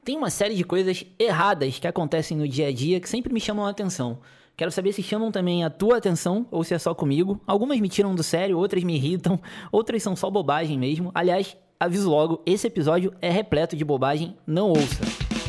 Tem uma série de coisas erradas que acontecem no dia a dia que sempre me chamam a atenção. Quero saber se chamam também a tua atenção ou se é só comigo. Algumas me tiram do sério, outras me irritam, outras são só bobagem mesmo. Aliás, aviso logo, esse episódio é repleto de bobagem, não ouça.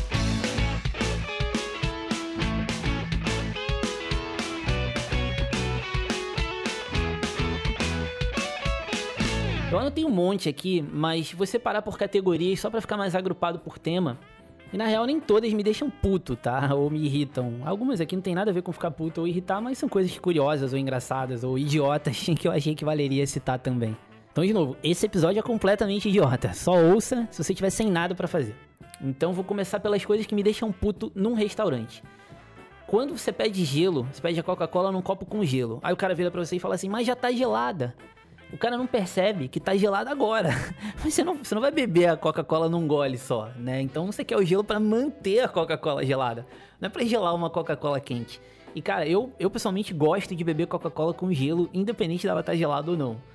Eu anotei um monte aqui, mas vou separar por categorias só pra ficar mais agrupado por tema. E na real nem todas me deixam puto, tá? Ou me irritam. Algumas aqui não tem nada a ver com ficar puto ou irritar, mas são coisas curiosas ou engraçadas ou idiotas que eu achei que valeria citar também. Então, de novo, esse episódio é completamente idiota. Só ouça se você tiver sem nada pra fazer. Então vou começar pelas coisas que me deixam puto num restaurante. Quando você pede gelo, você pede a Coca-Cola num copo com gelo. Aí o cara vira pra você e fala assim, mas já tá gelada. O cara não percebe que tá gelado agora. Você não vai beber a Coca-Cola num gole só, né? Então você quer o gelo pra manter a Coca-Cola gelada. Não é pra gelar uma Coca-Cola quente. E cara, eu pessoalmente gosto de beber Coca-Cola com gelo, independente dela estar gelada ou não.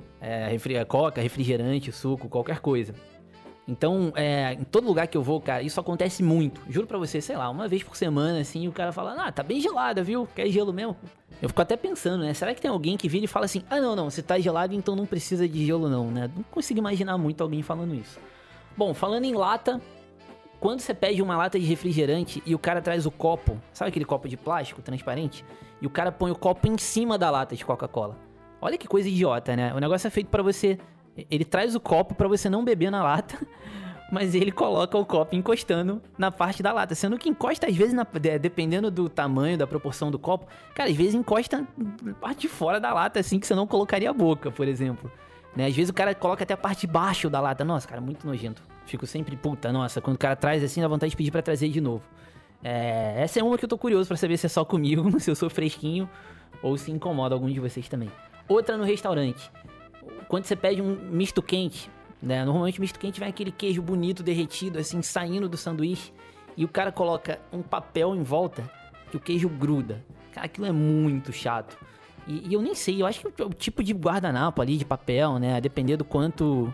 Coca, refrigerante, suco, qualquer coisa. Então, em todo lugar que eu vou, cara, isso acontece muito. Juro pra você, sei lá, uma vez por semana, assim, o cara fala, tá bem gelada, viu? Quer gelo mesmo? Eu fico até pensando, né? Será que tem alguém que vira e fala assim, não, se tá gelado, então não precisa de gelo não, né? Não consigo imaginar muito alguém falando isso. Bom, falando em lata, quando você pede uma lata de refrigerante e o cara traz o copo, sabe aquele copo de plástico transparente? E o cara põe o copo em cima da lata de Coca-Cola. Olha que coisa idiota, né? O negócio é feito pra você... Ele traz o copo pra você não beber na lata, mas ele coloca o copo encostando na parte da lata. Sendo que encosta, às vezes, dependendo do tamanho, da proporção do copo, cara, às vezes encosta na parte de fora da lata, assim, que você não colocaria a boca, por exemplo. Né? Às vezes o cara coloca até a parte de baixo da lata. Nossa, cara, muito nojento. Fico sempre, nossa, quando o cara traz assim, dá vontade de pedir pra trazer de novo. Essa é uma que eu tô curioso pra saber se é só comigo, se eu sou fresquinho, ou se incomoda algum de vocês também. Outra no restaurante. Quando você pede um misto quente, né? Normalmente misto quente vem aquele queijo bonito, derretido, assim, saindo do sanduíche. E o cara coloca um papel em volta que o queijo gruda. Cara, aquilo é muito chato. E eu nem sei, eu acho que o tipo de guardanapo ali, de papel, né? A depender do quão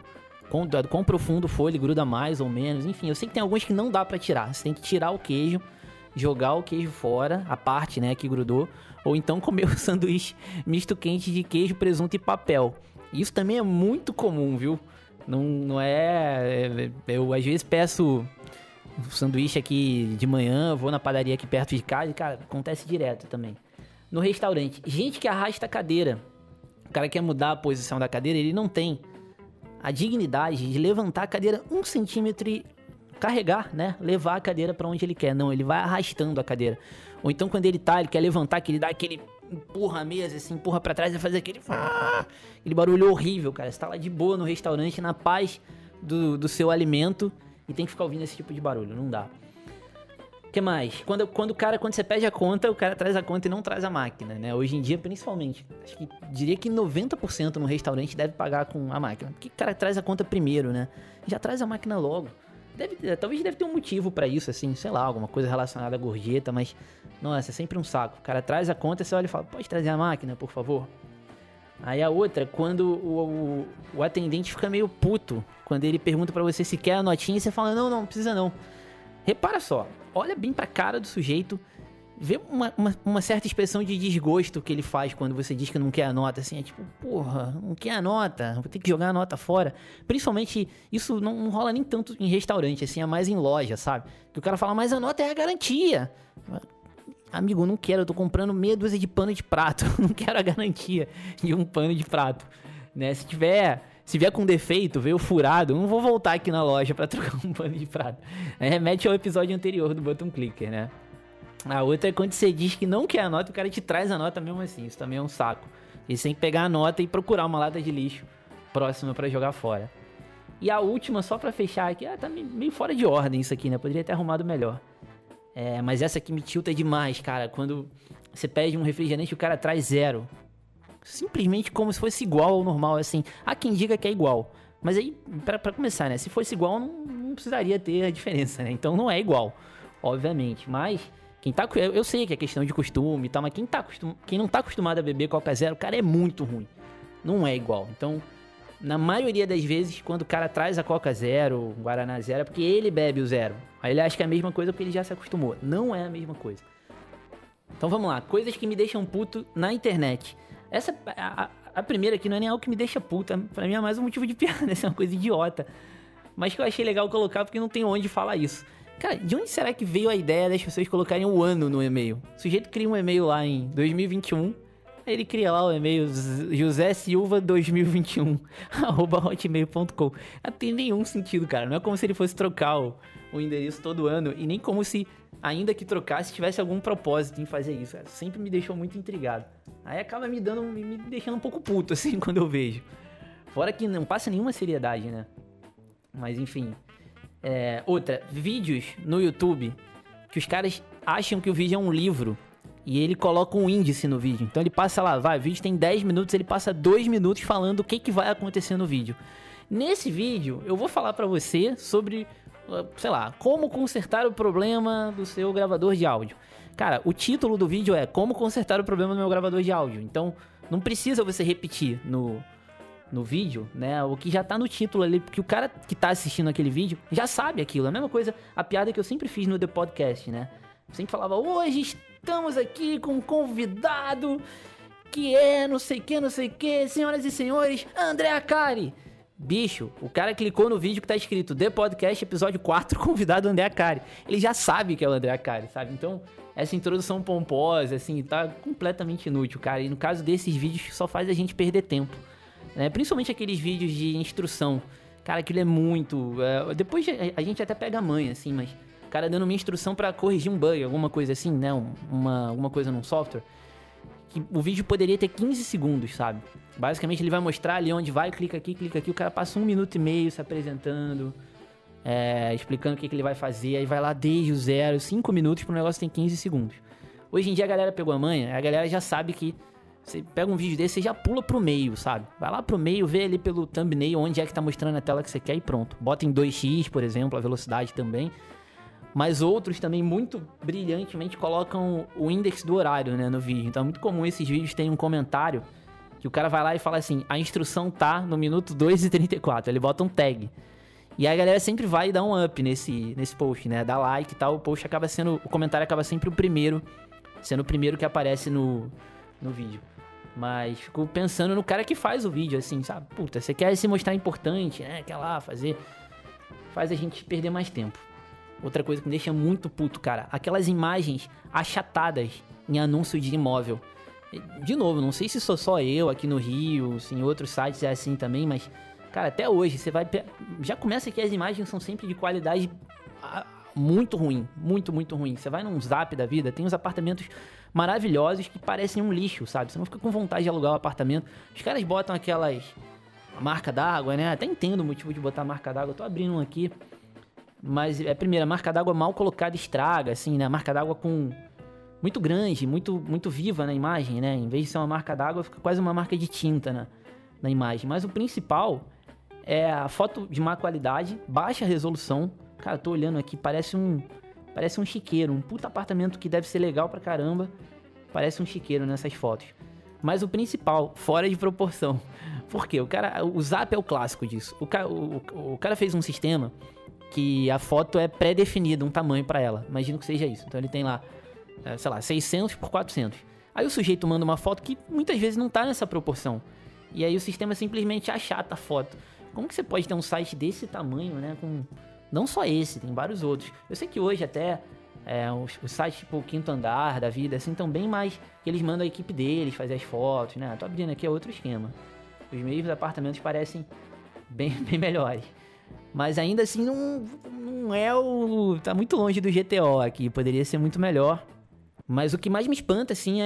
profundo for, ele gruda mais ou menos. Enfim, eu sei que tem alguns que não dá pra tirar. Você tem que tirar o queijo, jogar o queijo fora, a parte, né, que grudou. Ou então comer o sanduíche misto quente de queijo, presunto e papel. Isso também é muito comum, viu? Não é... Eu, às vezes, peço um sanduíche aqui de manhã, vou na padaria aqui perto de casa e, cara, acontece direto também. No restaurante, gente que arrasta a cadeira. O cara quer mudar a posição da cadeira, ele não tem a dignidade de levantar a cadeira 1 centímetro e carregar, né? Levar a cadeira pra onde ele quer. Não, ele vai arrastando a cadeira. Ou então, quando ele quer levantar, que ele dá aquele... empurra a mesa, assim, empurra pra trás e fazer aquele barulho horrível, cara. Você tá lá de boa no restaurante, na paz do seu alimento e tem que ficar ouvindo esse tipo de barulho, não dá. O que mais? Quando você pede a conta, o cara traz a conta e não traz a máquina, né? Hoje em dia, principalmente. Acho que diria que 90% no restaurante deve pagar com a máquina. Porque o cara traz a conta primeiro, né? Já traz a máquina logo. Talvez deve ter um motivo pra isso, assim, sei lá, alguma coisa relacionada à gorjeta, mas, nossa, é sempre um saco. O cara traz a conta, você olha e fala, pode trazer a máquina, por favor? Aí a outra, quando o atendente fica meio puto, quando ele pergunta pra você se quer a notinha, e você fala, não precisa não. Repara só, olha bem pra cara do sujeito, vê uma certa expressão de desgosto que ele faz quando você diz que não quer a nota, assim, é tipo, porra, não quer a nota, vou ter que jogar a nota fora. Principalmente, isso não rola nem tanto em restaurante, assim, é mais em loja, sabe? Que o cara fala, mas a nota é a garantia. Amigo, não quero, eu tô comprando meia dúzia de pano de prato, não quero a garantia de um pano de prato, né? Se vier com defeito, veio furado, não vou voltar aqui na loja pra trocar um pano de prato. Remete ao episódio anterior do Button Clicker, né? A outra é quando você diz que não quer a nota, o cara te traz a nota mesmo assim. Isso também é um saco. E você tem que pegar a nota e procurar uma lata de lixo próxima pra jogar fora. E a última, só pra fechar aqui, tá meio fora de ordem isso aqui, né? Poderia ter arrumado melhor. Mas essa aqui me tilta demais, cara. Quando você pede um refrigerante e o cara traz 0. Simplesmente como se fosse igual ao normal, assim. Há quem diga que é igual. Mas aí, pra começar, né? Se fosse igual, não precisaria ter a diferença, né? Então não é igual, obviamente. Mas... eu sei que é questão de costume e tal, mas quem não tá acostumado a beber Coca Zero, cara, é muito ruim. Não é igual. Então, na maioria das vezes, quando o cara traz a Coca Zero, o Guaraná Zero, é porque ele bebe o zero. Aí ele acha que é a mesma coisa porque ele já se acostumou. Não é a mesma coisa. Então vamos lá, coisas que me deixam puto na internet. Essa, a primeira aqui não é nem algo que me deixa puto, pra mim é mais um motivo de piada, essa é uma coisa idiota. Mas que eu achei legal colocar porque não tem onde falar isso. Cara, de onde será que veio a ideia das pessoas colocarem o ano no e-mail? O sujeito cria um e-mail lá em 2021, aí ele cria lá o e-mail josésilva2021 @hotmail.com. Não tem nenhum sentido, cara. Não é como se ele fosse trocar o endereço todo ano e nem como se, ainda que trocasse, tivesse algum propósito em fazer isso. Cara. Sempre me deixou muito intrigado. Aí acaba me deixando um pouco puto, assim, quando eu vejo. Fora que não passa nenhuma seriedade, né? Mas enfim. Outra, vídeos no YouTube que os caras acham que o vídeo é um livro e ele coloca um índice no vídeo. Então ele passa lá, o vídeo tem 10 minutos, ele passa 2 minutos falando o que vai acontecer no vídeo. Nesse vídeo, eu vou falar pra você sobre, sei lá, como consertar o problema do seu gravador de áudio. Cara, o título do vídeo é Como consertar o problema do meu gravador de áudio. Então, não precisa você repetir no vídeo, né, o que já tá no título ali, porque o cara que tá assistindo aquele vídeo já sabe aquilo. É a mesma coisa, a piada que eu sempre fiz no The Podcast, né? Eu sempre falava, hoje estamos aqui com um convidado que é não sei o que, senhoras e senhores, André Akari. Bicho, o cara clicou no vídeo que tá escrito The Podcast, episódio 4, convidado André Akari. Ele já sabe que é o André Akari, sabe? Então, essa introdução pomposa, assim, tá completamente inútil, cara. E no caso desses vídeos, só faz a gente perder tempo. Né? Principalmente aqueles vídeos de instrução. Cara, aquilo é muito... depois a gente até pega a manha, assim, mas... O cara dando uma instrução pra corrigir um bug, alguma coisa assim, né? Alguma coisa num software. Que o vídeo poderia ter 15 segundos, sabe? Basicamente ele vai mostrar ali onde vai, clica aqui. O cara passa 1 minuto e meio se apresentando, explicando o que ele vai fazer. Aí vai lá desde o 0, 5 minutos pro negócio tem 15 segundos. Hoje em dia a galera pegou a manha, a galera já sabe que você pega um vídeo desse, você já pula pro meio, sabe? Vai lá pro meio, vê ali pelo thumbnail onde é que tá mostrando a tela que você quer e pronto. Bota em 2x, por exemplo, a velocidade também. Mas outros também muito brilhantemente colocam o index do horário, né, no vídeo. Então é muito comum esses vídeos terem um comentário que o cara vai lá e fala assim, a instrução tá no minuto 2:34, ele bota um tag. E aí a galera sempre vai e dá um up nesse post, né, dá like e tal, o comentário acaba sempre sendo o primeiro que aparece no vídeo. Mas fico pensando no cara que faz o vídeo, assim, sabe? Puta, você quer se mostrar importante, né, quer lá faz a gente perder mais tempo. Outra coisa que me deixa muito puto, cara, aquelas imagens achatadas em anúncio de imóvel. De novo, não sei se sou só eu aqui no Rio, se em outros sites é assim também, mas, cara, até hoje você vai... Já começa que as imagens são sempre de qualidade muito ruim, muito, muito ruim. Você vai num Zap da vida, tem uns apartamentos maravilhosos que parecem um lixo, sabe? Você não fica com vontade de alugar um apartamento. Os caras botam aquelas... A marca d'água, né? Até entendo o motivo de botar a marca d'água. Eu tô abrindo um aqui. Mas, primeiro, a marca d'água mal colocada estraga, assim, né? A marca d'água muito grande, muito, muito viva na imagem, né? Em vez de ser uma marca d'água, fica quase uma marca de tinta na imagem. Mas o principal é a foto de má qualidade, baixa resolução. Cara, eu tô olhando aqui, parece um chiqueiro. Um puta apartamento que deve ser legal pra caramba. Parece um chiqueiro nessas fotos. Mas o principal, fora de proporção. Por quê? O Zap é o clássico disso. O cara fez um sistema... que a foto é pré-definida, um tamanho pra ela. Imagino que seja isso. Então ele tem lá, sei lá, 600 por 400. Aí o sujeito manda uma foto que muitas vezes não tá nessa proporção. E aí o sistema simplesmente achata a foto. Como que você pode ter um site desse tamanho, né? Não só esse, tem vários outros. Eu sei que hoje até os sites tipo o Quinto Andar da vida, assim, estão bem mais... que eles mandam a equipe deles fazer as fotos, né? Tô abrindo aqui, é outro esquema. Os meios dos apartamentos parecem bem, bem melhores. Mas ainda assim não é tá muito longe do GTO aqui, poderia ser muito melhor. Mas o que mais me espanta, assim,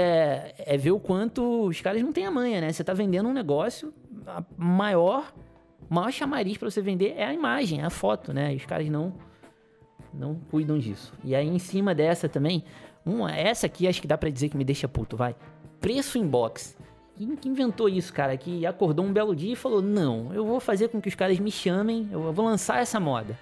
é ver o quanto os caras não têm a manha, né? Você tá vendendo um negócio, a maior chamariz pra você vender é a imagem, é a foto, né? E os caras não cuidam disso. E aí em cima dessa também, essa aqui acho que dá pra dizer que me deixa puto, vai. Preço inbox. Quem inventou isso, cara? Que acordou um belo dia e falou, não, eu vou fazer com que os caras me chamem, eu vou lançar essa moda.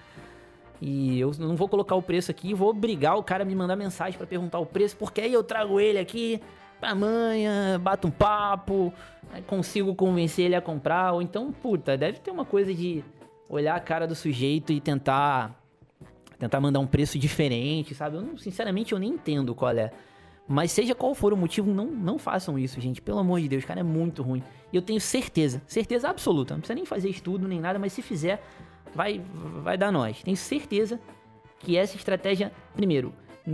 E eu não vou colocar o preço aqui, vou obrigar o cara a me mandar mensagem pra perguntar o preço, porque aí eu trago ele aqui pra manha, bato um papo, consigo convencer ele a comprar. Ou então, puta, deve ter uma coisa de olhar a cara do sujeito e tentar mandar um preço diferente, sabe? Sinceramente, eu nem entendo qual é. Mas seja qual for o motivo, não façam isso, gente. Pelo amor de Deus, cara, é muito ruim. E eu tenho certeza absoluta, não precisa nem fazer estudo nem nada, mas se fizer, vai dar nós. Tenho certeza que essa estratégia, primeiro,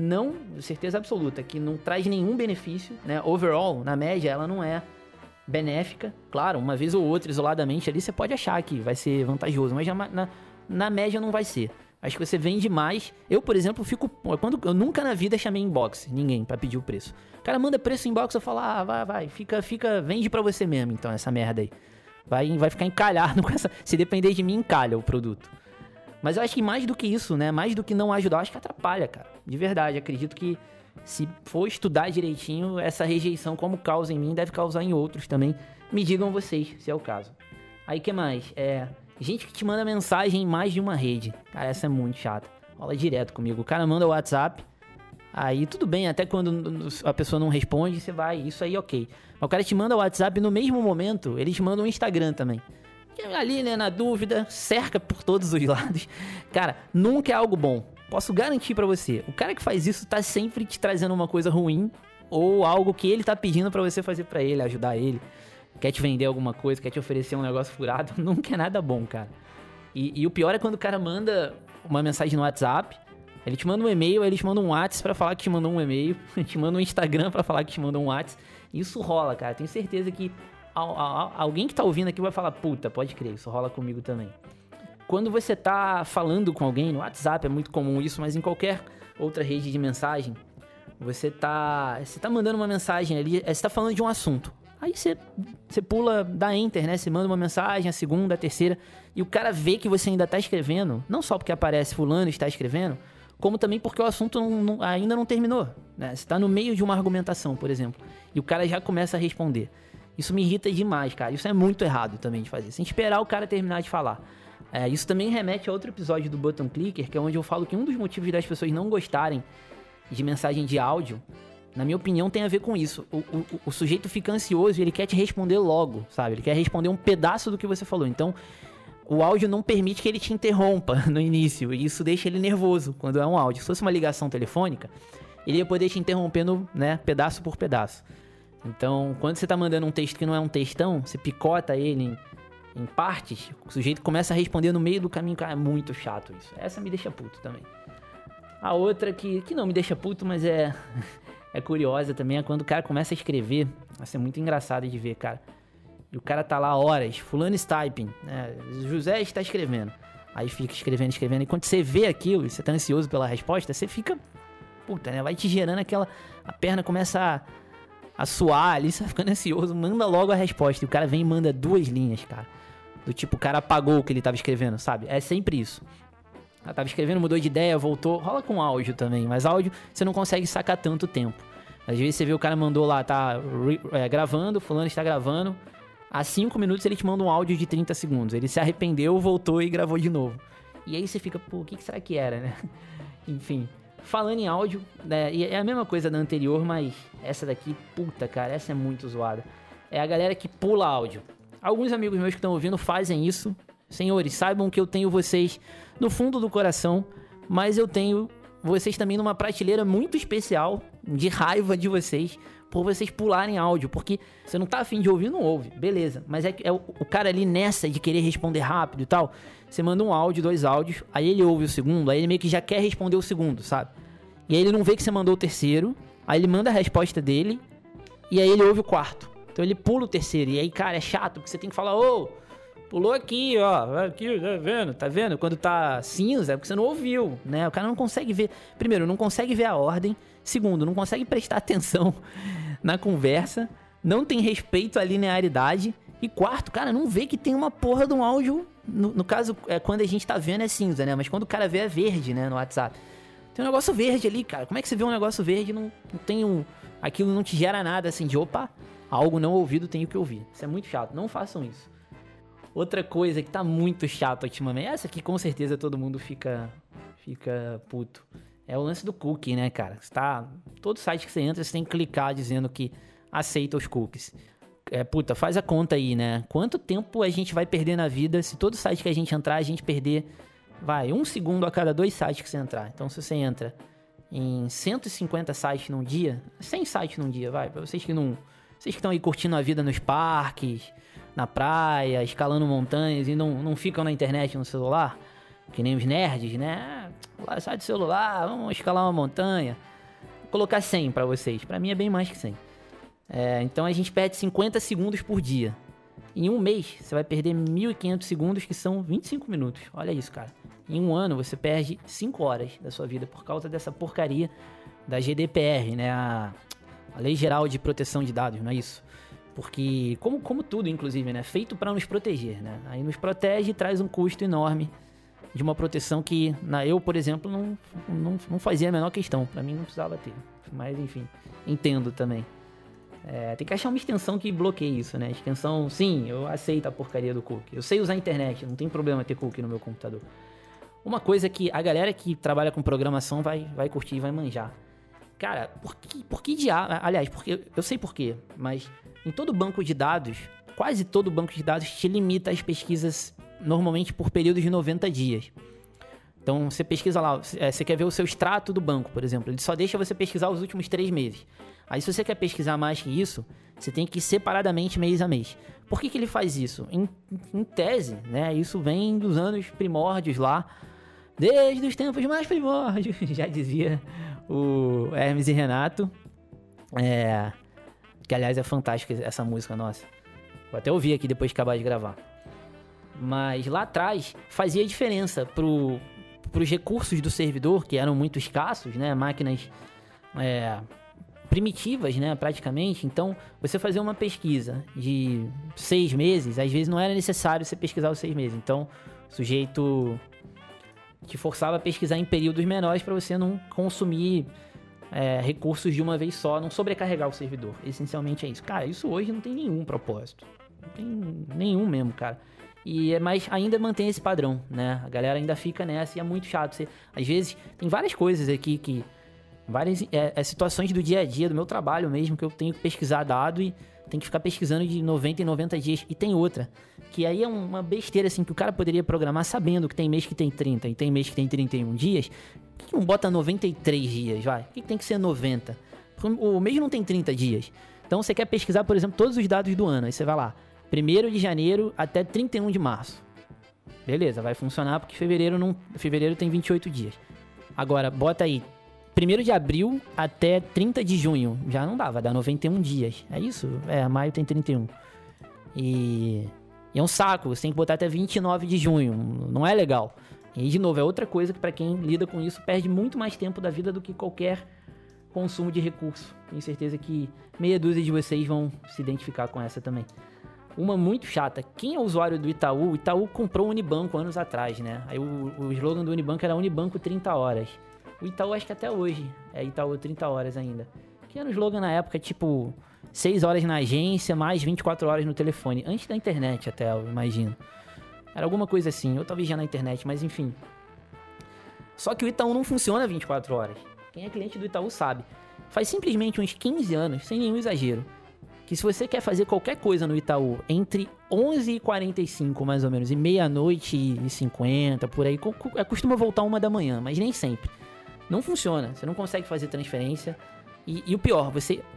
certeza absoluta, que não traz nenhum benefício, né? Overall, na média, ela não é benéfica. Claro, uma vez ou outra, isoladamente, ali você pode achar que vai ser vantajoso, mas na média não vai ser. Acho que você vende mais. Eu, por exemplo, eu nunca na vida chamei inbox ninguém pra pedir o preço. O cara manda preço inbox, eu falo, vai, vende pra você mesmo, então, essa merda aí. Vai ficar encalhado com essa... Se depender de mim, encalha o produto. Mas eu acho que mais do que isso, né? Mais do que não ajudar, eu acho que atrapalha, cara. De verdade, acredito que se for estudar direitinho, essa rejeição, como causa em mim, deve causar em outros também. Me digam vocês, se é o caso. Aí, o que mais? Gente que te manda mensagem em mais de uma rede. Cara, essa é muito chata. Rola direto comigo. O cara manda o WhatsApp, aí tudo bem, até quando a pessoa não responde, você vai, isso aí ok. Mas o cara te manda o WhatsApp e no mesmo momento, ele te manda um Instagram também. Ali, né, na dúvida, cerca por todos os lados. Cara, nunca é algo bom. Posso garantir pra você. O cara que faz isso tá sempre te trazendo uma coisa ruim ou algo que ele tá pedindo pra você fazer pra ele, ajudar ele. Quer te vender alguma coisa, quer te oferecer um negócio furado. Nunca é nada bom, cara. E o pior é quando o cara manda uma mensagem no WhatsApp, ele te manda um e-mail, aí ele te manda um WhatsApp pra falar que te mandou um e-mail, te manda um Instagram pra falar que te mandou um WhatsApp. Isso rola, cara. Tenho certeza que alguém que tá ouvindo aqui vai falar, puta, pode crer, isso rola comigo também. Quando você tá falando com alguém, no WhatsApp é muito comum isso, mas em qualquer outra rede de mensagem, você tá mandando uma mensagem ali, você tá falando de um assunto. Aí você pula, dá enter, né? Você manda uma mensagem, a segunda, a terceira, e o cara vê que você ainda tá escrevendo, não só porque aparece fulano está escrevendo, como também porque o assunto ainda não terminou, né? Você tá no meio de uma argumentação, por exemplo, e o cara já começa a responder. Isso me irrita demais, cara. Isso é muito errado também de fazer, sem esperar o cara terminar de falar. Isso também remete a outro episódio do Button Clicker, que é onde eu falo que um dos motivos das pessoas não gostarem de mensagem de áudio, na minha opinião, tem a ver com isso. O sujeito fica ansioso e ele quer te responder logo, sabe? Ele quer responder um pedaço do que você falou. Então, o áudio não permite que ele te interrompa no início. E isso deixa ele nervoso quando é um áudio. Se fosse uma ligação telefônica, ele ia poder te interrompendo, né, pedaço por pedaço. Então, quando você tá mandando um texto que não é um textão, você picota ele em partes, o sujeito começa a responder no meio do caminho. Cara, é muito chato isso. Essa me deixa puto também. A outra que não me deixa puto, mas é curiosa também, é quando o cara começa a escrever. Isso é muito engraçado de ver, cara. E o cara tá lá horas, fulano is typing, né? José está escrevendo. Aí fica escrevendo. E quando você vê aquilo, e você tá ansioso pela resposta, você fica, puta, né? Vai te gerando aquela... A perna começa a suar ali, você vai ficando ansioso, manda logo a resposta. E o cara vem e manda 2 linhas, cara. Do tipo, o cara apagou o que ele tava escrevendo, sabe? É sempre isso. Ela tava escrevendo, mudou de ideia, voltou. Rola com áudio também, mas áudio você não consegue sacar tanto tempo. Às vezes você vê o cara mandou lá, tá gravando, fulano está gravando. Há 5 minutos ele te manda um áudio de 30 segundos. Ele se arrependeu, voltou e gravou de novo. E aí você fica, pô, o que será que era, né? Enfim, falando em áudio, né, é a mesma coisa da anterior, mas essa daqui, puta, cara, essa é muito zoada. É a galera que pula áudio. Alguns amigos meus que estão ouvindo fazem isso. Senhores, saibam que eu tenho vocês no fundo do coração, mas eu tenho vocês também numa prateleira muito especial, de raiva de vocês, por vocês pularem áudio, porque você não tá afim de ouvir, não ouve, beleza, mas é o cara ali nessa de querer responder rápido e tal, você manda um áudio, 2 áudios, aí ele ouve o segundo, aí ele meio que já quer responder o segundo, sabe? E aí ele não vê que você mandou o terceiro, aí ele manda a resposta dele, e aí ele ouve o quarto, então ele pula o terceiro, e aí, cara, é chato, porque você tem que falar, pulou aqui, ó, aqui, tá vendo? Quando tá cinza é porque você não ouviu, né? O cara não consegue ver, primeiro, não consegue ver a ordem, segundo, não consegue prestar atenção na conversa, não tem respeito à linearidade, e quarto, cara, não vê que tem uma porra de um áudio, no caso, quando a gente tá vendo é cinza, né? Mas quando o cara vê é verde, né, no WhatsApp. Tem um negócio verde ali, cara, como é que você vê um negócio verde e não tem aquilo não te gera nada, assim, de opa, algo não ouvido, tenho que ouvir. Isso é muito chato, não façam isso. Outra coisa que tá muito chato ultimamente, essa aqui com certeza todo mundo fica puto, é o lance do cookie, né, cara? Todo site que você entra, você tem que clicar dizendo que aceita os cookies. Faz a conta aí, né? Quanto tempo a gente vai perder na vida se todo site que a gente entrar, a gente perder, 1 segundo a cada 2 sites que você entrar. Então, se você entra em 150 sites num dia, 100 sites num dia, pra vocês que estão aí curtindo a vida nos parques, na praia, escalando montanhas e não ficam na internet, no celular, que nem os nerds, né? Sai do celular, vamos escalar uma montanha. Vou colocar 100 pra vocês. Pra mim é bem mais que 100. Então a gente perde 50 segundos por dia. Em um mês, você vai perder 1.500 segundos, que são 25 minutos. Olha isso, cara. Em um ano, você perde 5 horas da sua vida por causa dessa porcaria da GDPR, né? A Lei Geral de Proteção de Dados, não é isso? Porque, como tudo, inclusive, né? Feito para nos proteger, né? Aí nos protege e traz um custo enorme de uma proteção que eu, por exemplo, não fazia a menor questão. Para mim, não precisava ter. Mas, enfim, entendo também. Tem que achar uma extensão que bloqueie isso, né? Extensão, sim, eu aceito a porcaria do cookie. Eu sei usar a internet, não tem problema ter cookie no meu computador. Uma coisa que a galera que trabalha com programação vai curtir e vai manjar. Cara, por que diabo... Aliás, porque eu sei por quê, mas em todo banco de dados, quase todo banco de dados te limita as pesquisas normalmente por períodos de 90 dias. Então, você pesquisa lá, você quer ver o seu extrato do banco, por exemplo. Ele só deixa você pesquisar os últimos 3 meses. Aí, se você quer pesquisar mais que isso, você tem que ir separadamente mês a mês. Por que ele faz isso? Em tese, né? Isso vem dos anos primórdios lá, desde os tempos mais primórdios, já dizia o Hermes e Renato. Que, aliás, é fantástica essa música, nossa. Vou até ouvir aqui depois de acabar de gravar. Mas lá atrás fazia diferença pros recursos do servidor, que eram muito escassos, né? Máquinas primitivas, né? Praticamente. Então, você fazer uma pesquisa de 6 meses, às vezes não era necessário você pesquisar os 6 meses. Então, o sujeito te forçava a pesquisar em períodos menores para você não consumir recursos de uma vez só, não sobrecarregar o servidor. Essencialmente é isso. Cara, isso hoje não tem nenhum propósito. Não tem nenhum mesmo, cara. Mas ainda mantém esse padrão, né? A galera ainda fica nessa e é muito chato. Às vezes, tem várias coisas aqui várias situações do dia a dia, do meu trabalho mesmo, que eu tenho que pesquisar dado e tenho que ficar pesquisando de 90 em 90 dias. E tem outra, que aí é uma besteira, assim, que o cara poderia programar sabendo que tem mês que tem 30 e tem mês que tem 31 dias. Por que não bota 93 dias, vai? Por que tem que ser 90? Porque o mês não tem 30 dias. Então, você quer pesquisar, por exemplo, todos os dados do ano. Aí você vai lá, 1º de janeiro até 31 de março. Beleza, vai funcionar porque fevereiro tem 28 dias. Agora, bota aí 1º de abril até 30 de junho. Já não dá, vai dar 91 dias. É isso? Maio tem 31. E é um saco, você tem que botar até 29 de junho. Não é legal. E, de novo, é outra coisa que pra quem lida com isso perde muito mais tempo da vida do que qualquer consumo de recurso. Tenho certeza que meia dúzia de vocês vão se identificar com essa também. Uma muito chata. Quem é usuário do Itaú? O Itaú comprou o Unibanco anos atrás, né? Aí o slogan do Unibanco era Unibanco 30 horas. O Itaú, acho que até hoje é Itaú 30 horas ainda. Que era o slogan na época, tipo, 6 horas na agência, mais 24 horas no telefone. Antes da internet até, eu imagino. Era alguma coisa assim, ou talvez já na internet, mas enfim. Só que o Itaú não funciona 24 horas. Quem é cliente do Itaú sabe. Faz simplesmente uns 15 anos, sem nenhum exagero, que se você quer fazer qualquer coisa no Itaú entre 11h45 mais ou menos e meia-noite e 50, por aí, costuma voltar 1 da manhã, mas nem sempre. Não funciona, você não consegue fazer transferência. E o pior,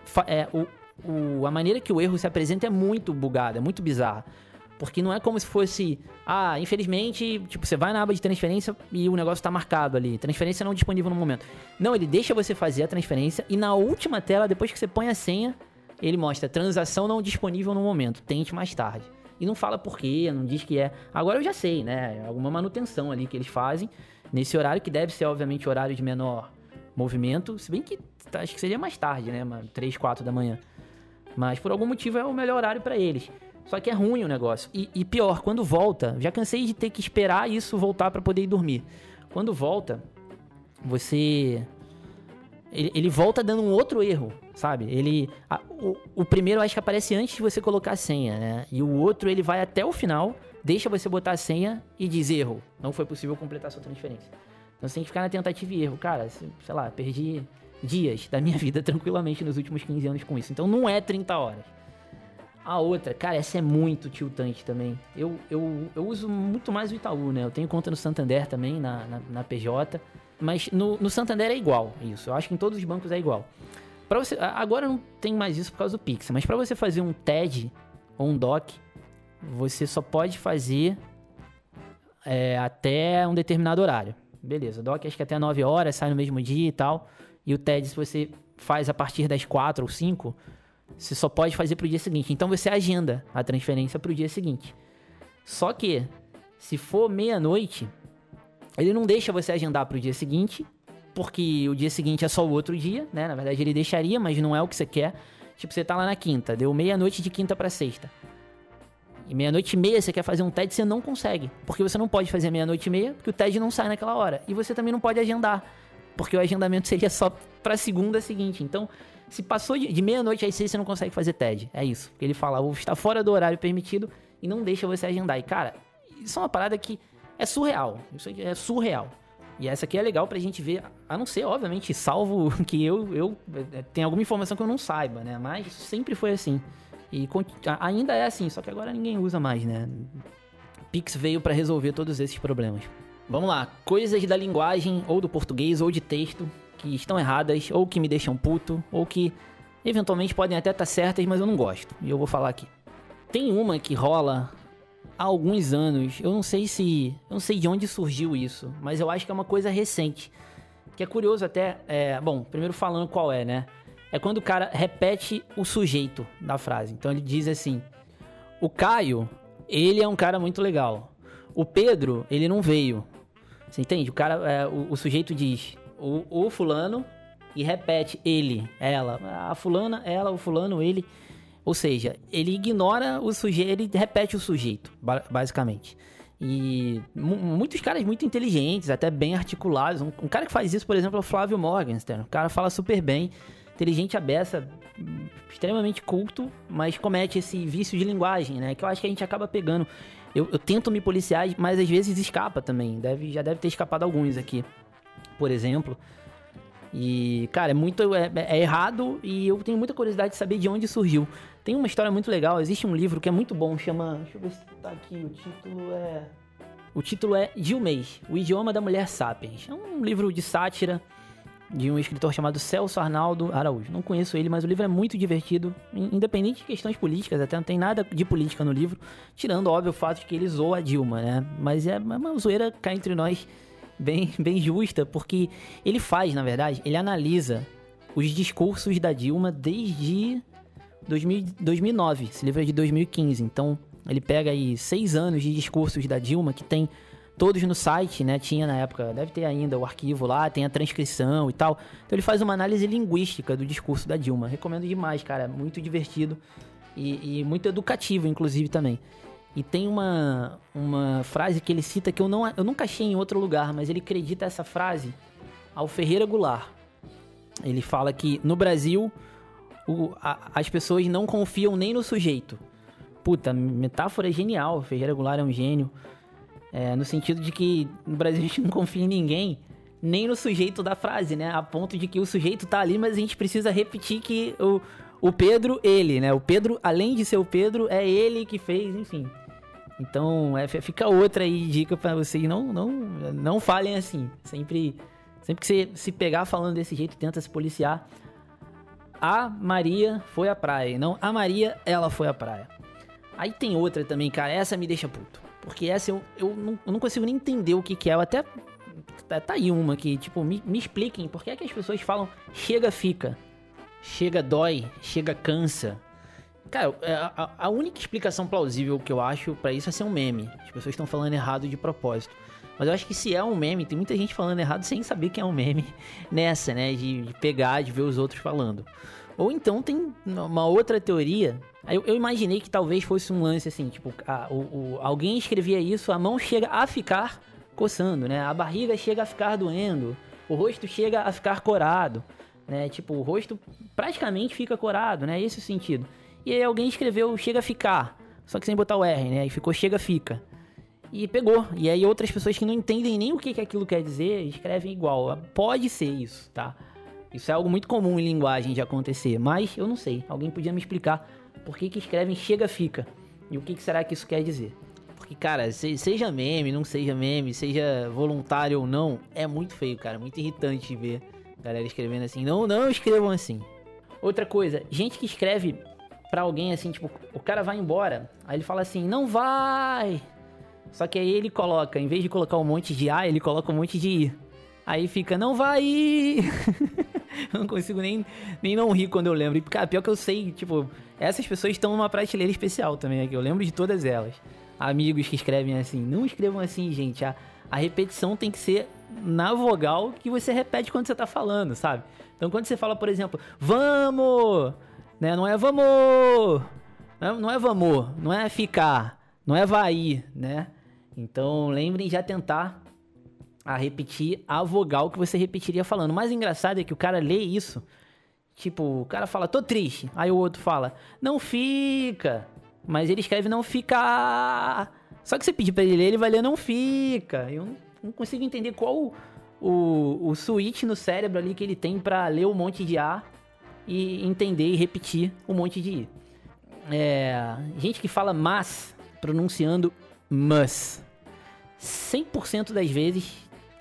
a maneira que o erro se apresenta é muito bugada, é muito bizarra. Porque não é como se fosse, infelizmente, tipo, você vai na aba de transferência e o negócio tá marcado ali. Transferência não disponível no momento. Não, ele deixa você fazer a transferência e na última tela, depois que você põe a senha, ele mostra transação não disponível no momento, tente mais tarde. E não fala por quê, não diz que é. Agora eu já sei, né? Alguma manutenção ali que eles fazem nesse horário, que deve ser, obviamente, horário de menor movimento. Se bem que acho que seria mais tarde, né? 3, 4 da manhã. Mas por algum motivo é o melhor horário pra eles. Só que é ruim o negócio. E pior, quando volta, já cansei de ter que esperar isso voltar pra poder ir dormir. Quando volta, ele volta dando um outro erro, sabe? O primeiro acho que aparece antes de você colocar a senha, né? E o outro ele vai até o final, deixa você botar a senha e diz erro. Não foi possível completar sua transferência. Então você tem que ficar na tentativa e erro. Cara, sei lá, perdi dias da minha vida tranquilamente nos últimos 15 anos com isso. Então não é 30 horas. A outra, cara, essa é muito tiltante também. Eu uso muito mais o Itaú, né? Eu tenho conta no Santander também, na PJ. Mas no Santander é igual isso. Eu acho que em todos os bancos é igual. Agora não tem mais isso por causa do Pix. Mas para você fazer um TED ou um DOC, você só pode fazer até um determinado horário. Beleza, o DOC acho que até 9 horas, sai no mesmo dia e tal. E o TED, se você faz a partir das 4 ou 5... você só pode fazer pro dia seguinte. Então você agenda a transferência pro dia seguinte. Só que, se for meia-noite, ele não deixa você agendar pro dia seguinte, porque o dia seguinte é só o outro dia, né? Na verdade ele deixaria, mas não é o que você quer. Tipo, você tá lá na quinta, deu meia-noite de quinta pra sexta. E meia-noite e meia você quer fazer um TED, você não consegue. Porque você não pode fazer meia-noite e meia, porque o TED não sai naquela hora. E você também não pode agendar, porque o agendamento seria só pra segunda seguinte. Então, se passou de meia-noite às 6, você não consegue fazer TED. É isso. Porque ele fala, está fora do horário permitido e não deixa você agendar. E, cara, isso é uma parada que é surreal. Isso é surreal. E essa aqui é legal pra gente ver, a não ser, obviamente, salvo que eu tenha alguma informação que eu não saiba, né? Mas sempre foi assim. E ainda é assim, só que agora ninguém usa mais, né? Pix veio pra resolver todos esses problemas. Vamos lá. Coisas da linguagem, ou do português, ou de texto, que estão erradas, ou que me deixam puto, ou que eventualmente podem até estar certas, mas eu não gosto. E eu vou falar aqui. Tem uma que rola há alguns anos, eu não sei de onde surgiu isso, mas eu acho que é uma coisa recente. Que é curioso até, bom, primeiro falando qual é, né? É quando o cara repete o sujeito da frase. Então ele diz assim, o Caio, ele é um cara muito legal. O Pedro, ele não veio. Você entende? O cara, o sujeito diz... O fulano e repete ele, ela, a fulana, ela, o fulano, ele. Ou seja, ele ignora o sujeito, ele repete o sujeito, basicamente. E muitos caras muito inteligentes, até bem articulados. Um cara que faz isso, por exemplo, é o Flávio Morgenstern. O cara fala super bem, inteligente à beça, extremamente culto, mas comete esse vício de linguagem, né? Que eu acho que a gente acaba pegando. Eu tento me policiar, mas às vezes escapa também. Já deve ter escapado alguns aqui, por exemplo. E, cara, é errado e eu tenho muita curiosidade de saber de onde surgiu. Tem uma história muito legal, existe um livro que é muito bom, chama... Deixa eu ver se tá aqui, o título é Gilmês, o idioma da mulher sapiens. É um livro de sátira de um escritor chamado Celso Arnaldo Araújo. Não conheço ele, mas o livro é muito divertido, independente de questões políticas, até não tem nada de política no livro, tirando, óbvio, o fato de que ele zoa a Dilma, né? Mas é uma zoeira cá entre nós bem justa, porque ele faz, na verdade, ele analisa os discursos da Dilma desde 2009. Esse livro é de 2015, então ele pega aí 6 anos de discursos da Dilma, que tem todos no site, né? Tinha na época, deve ter ainda o arquivo lá, tem a transcrição e tal. Então ele faz uma análise linguística do discurso da Dilma. Recomendo demais, cara, muito divertido e muito educativo, inclusive, também. E tem uma frase que ele cita que eu nunca achei em outro lugar, mas ele acredita essa frase ao Ferreira Goulart. Ele fala que no Brasil as pessoas não confiam nem no sujeito. Puta, metáfora genial. O Ferreira Goulart é um gênio. No sentido de que no Brasil a gente não confia em ninguém, nem no sujeito da frase, né? A ponto de que o sujeito tá ali, mas a gente precisa repetir que o Pedro, ele, né? O Pedro, além de ser o Pedro, é ele que fez, enfim. Então, fica outra aí dica pra vocês, não falem assim. Sempre que você se pegar falando desse jeito, tenta se policiar. A Maria foi à praia, não a Maria, ela foi à praia. Aí tem outra também, cara, essa me deixa puto. Porque essa eu não consigo nem entender o que é. Eu até... Tá aí uma que, tipo, me expliquem por que é que as pessoas falam chega, fica. Chega, dói. Chega, cansa. Cara, a única explicação plausível que eu acho pra isso é ser um meme. As pessoas estão falando errado de propósito. Mas eu acho que se é um meme, tem muita gente falando errado sem saber que é um meme nessa, né? De pegar, de ver os outros falando. Ou então tem uma outra teoria. Eu imaginei que talvez fosse um lance assim, tipo, alguém escrevia isso, a mão chega a ficar coçando, né? A barriga chega a ficar doendo, o rosto chega a ficar corado, né? Tipo, o rosto praticamente fica corado, né? Esse é o sentido. E aí alguém escreveu chega a ficar, só que sem botar o R, né? E ficou chega fica. E pegou. E aí outras pessoas que não entendem nem o que aquilo quer dizer, escrevem igual. Pode ser isso, tá? Isso é algo muito comum em linguagem de acontecer, mas eu não sei. Alguém podia me explicar por que escrevem chega, fica. E o que será que isso quer dizer? Porque, cara, seja meme, não seja meme, seja voluntário ou não, é muito feio, cara. Muito irritante ver galera escrevendo assim. Não escrevam assim. Outra coisa, gente que escreve pra alguém assim, tipo, o cara vai embora, aí ele fala assim, não vai. Só que aí ele coloca, em vez de colocar um monte de A, ele coloca um monte de I. Aí fica, não vai ir. Eu não consigo nem não rir quando eu lembro. E, cara, pior que eu sei, tipo, essas pessoas estão numa prateleira especial também aqui. Eu lembro de todas elas. Amigos que escrevem assim. Não escrevam assim, gente. A repetição tem que ser na vogal que você repete quando você tá falando, sabe? Então, quando você fala, por exemplo, vamos, né? Não é vamos, não é vamos, não é ficar, não é vai, né? Então, lembrem de atentar a repetir a vogal que você repetiria falando. O mais engraçado é que o cara lê isso, tipo, o cara fala, tô triste. Aí o outro fala, não fica. Mas ele escreve não fica. Só que você pedir pra ele ler, ele vai ler não fica. Eu não consigo entender qual o switch no cérebro ali que ele tem pra ler um monte de A e entender e repetir um monte de I. Gente que fala mas, pronunciando mas. 100% das vezes,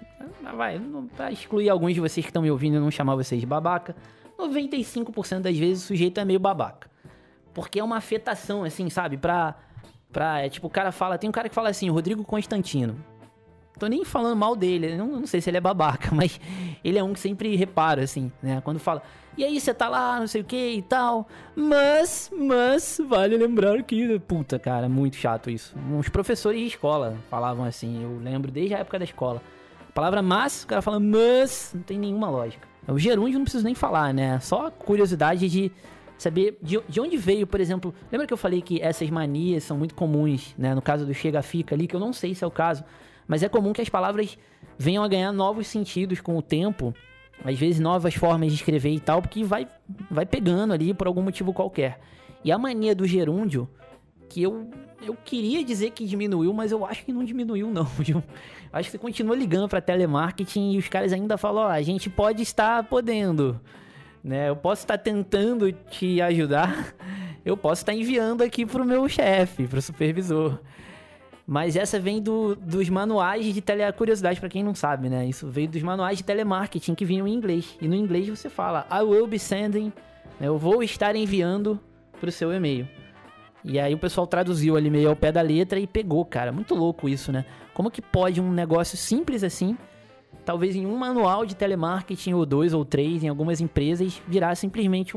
pra excluir alguns de vocês que estão me ouvindo e não chamar vocês de babaca, 95% das vezes o sujeito é meio babaca. Porque é uma afetação, assim, sabe? Tipo, o cara fala... Tem um cara que fala assim, Rodrigo Constantino. Tô nem falando mal dele, não sei se ele é babaca, mas ele é um que sempre repara, assim, né? Quando fala, e aí você tá lá, não sei o que e tal, mas, vale lembrar que... Puta, cara, muito chato isso. Uns professores de escola falavam assim, eu lembro desde a época da escola. A palavra mas, o cara fala mas, não tem nenhuma lógica. O gerúndio não preciso nem falar, né? Só a curiosidade de saber de onde veio, por exemplo... Lembra que eu falei que essas manias são muito comuns, né? No caso do chega-fica ali, que eu não sei se é o caso... Mas é comum que as palavras venham a ganhar novos sentidos com o tempo. Às vezes novas formas de escrever e tal. Porque vai pegando ali por algum motivo qualquer. E a mania do gerúndio, que eu queria dizer que diminuiu, mas eu acho que não diminuiu não, viu? Acho que você continua ligando para telemarketing e os caras ainda falam, a gente pode estar podendo, né? Eu posso estar tentando te ajudar. Eu posso estar enviando aqui pro meu chefe, pro supervisor. Mas essa vem dos manuais de curiosidade para quem não sabe, né? Isso veio dos manuais de telemarketing que vinham em inglês. E no inglês você fala, I will be sending, né? Eu vou estar enviando pro seu e-mail. E aí o pessoal traduziu ali meio ao pé da letra e pegou, cara. Muito louco isso, né? Como que pode um negócio simples assim, talvez em um manual de telemarketing ou 2 ou 3 em algumas empresas, virar simplesmente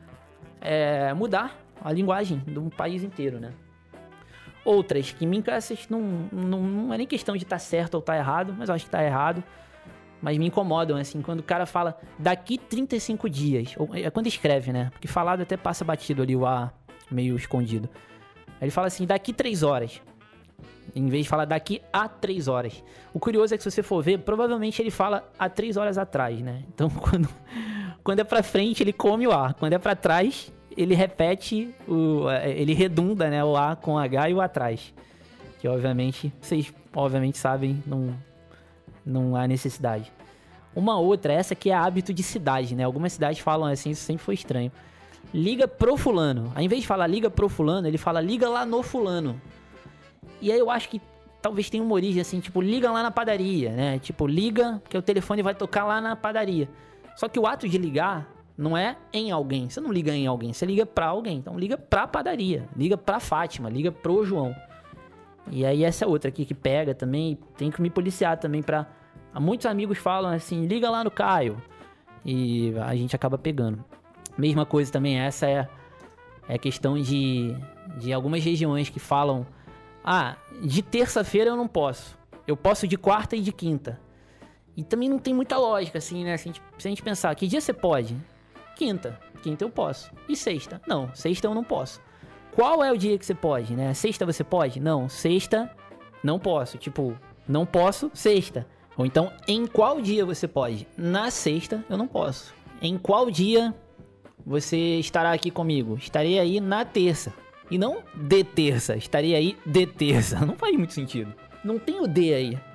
mudar a linguagem de um país inteiro, né? Outras que essas não é nem questão de estar certo ou estar errado, mas eu acho que está errado. Mas me incomodam, assim, quando o cara fala daqui 35 dias. Ou, é quando escreve, né? Porque falado até passa batido ali o A meio escondido. Aí ele fala assim, daqui 3 horas. Em vez de falar daqui a 3 horas. O curioso é que se você for ver, provavelmente ele fala há 3 horas atrás, né? Então quando é pra frente ele come o A. Quando é pra trás... ele repete, ele redunda, né, o A com H e o atrás. Que obviamente, vocês sabem, não há necessidade. Uma outra, essa que é hábito de cidade, né? Algumas cidades falam assim, isso sempre foi estranho. Liga pro fulano. Ao invés de falar liga pro fulano, ele fala liga lá no fulano. E aí eu acho que talvez tenha uma origem assim, tipo, liga lá na padaria, né? Tipo, liga que o telefone vai tocar lá na padaria. Só que o ato de ligar... não é em alguém, você não liga em alguém, você liga pra alguém. Então liga pra padaria, liga pra Fátima, liga pro João. E aí essa outra aqui que pega também, tem que me policiar também pra... Muitos amigos falam assim, liga lá no Caio. E a gente acaba pegando. Mesma coisa também, essa é questão de algumas regiões que falam... de terça-feira eu não posso. Eu posso de quarta e de quinta. E também não tem muita lógica, assim, né? Se a gente pensar, que dia você pode? Quinta eu posso. E sexta? Não, sexta eu não posso. Qual é o dia que você pode, né? Sexta você pode? Não, sexta não posso. Tipo, não posso, sexta. Ou então, em qual dia você pode? Na sexta eu não posso. Em qual dia você estará aqui comigo? Estarei aí na terça. E não de terça, estarei aí de terça. Não faz muito sentido. Não tem o D aí.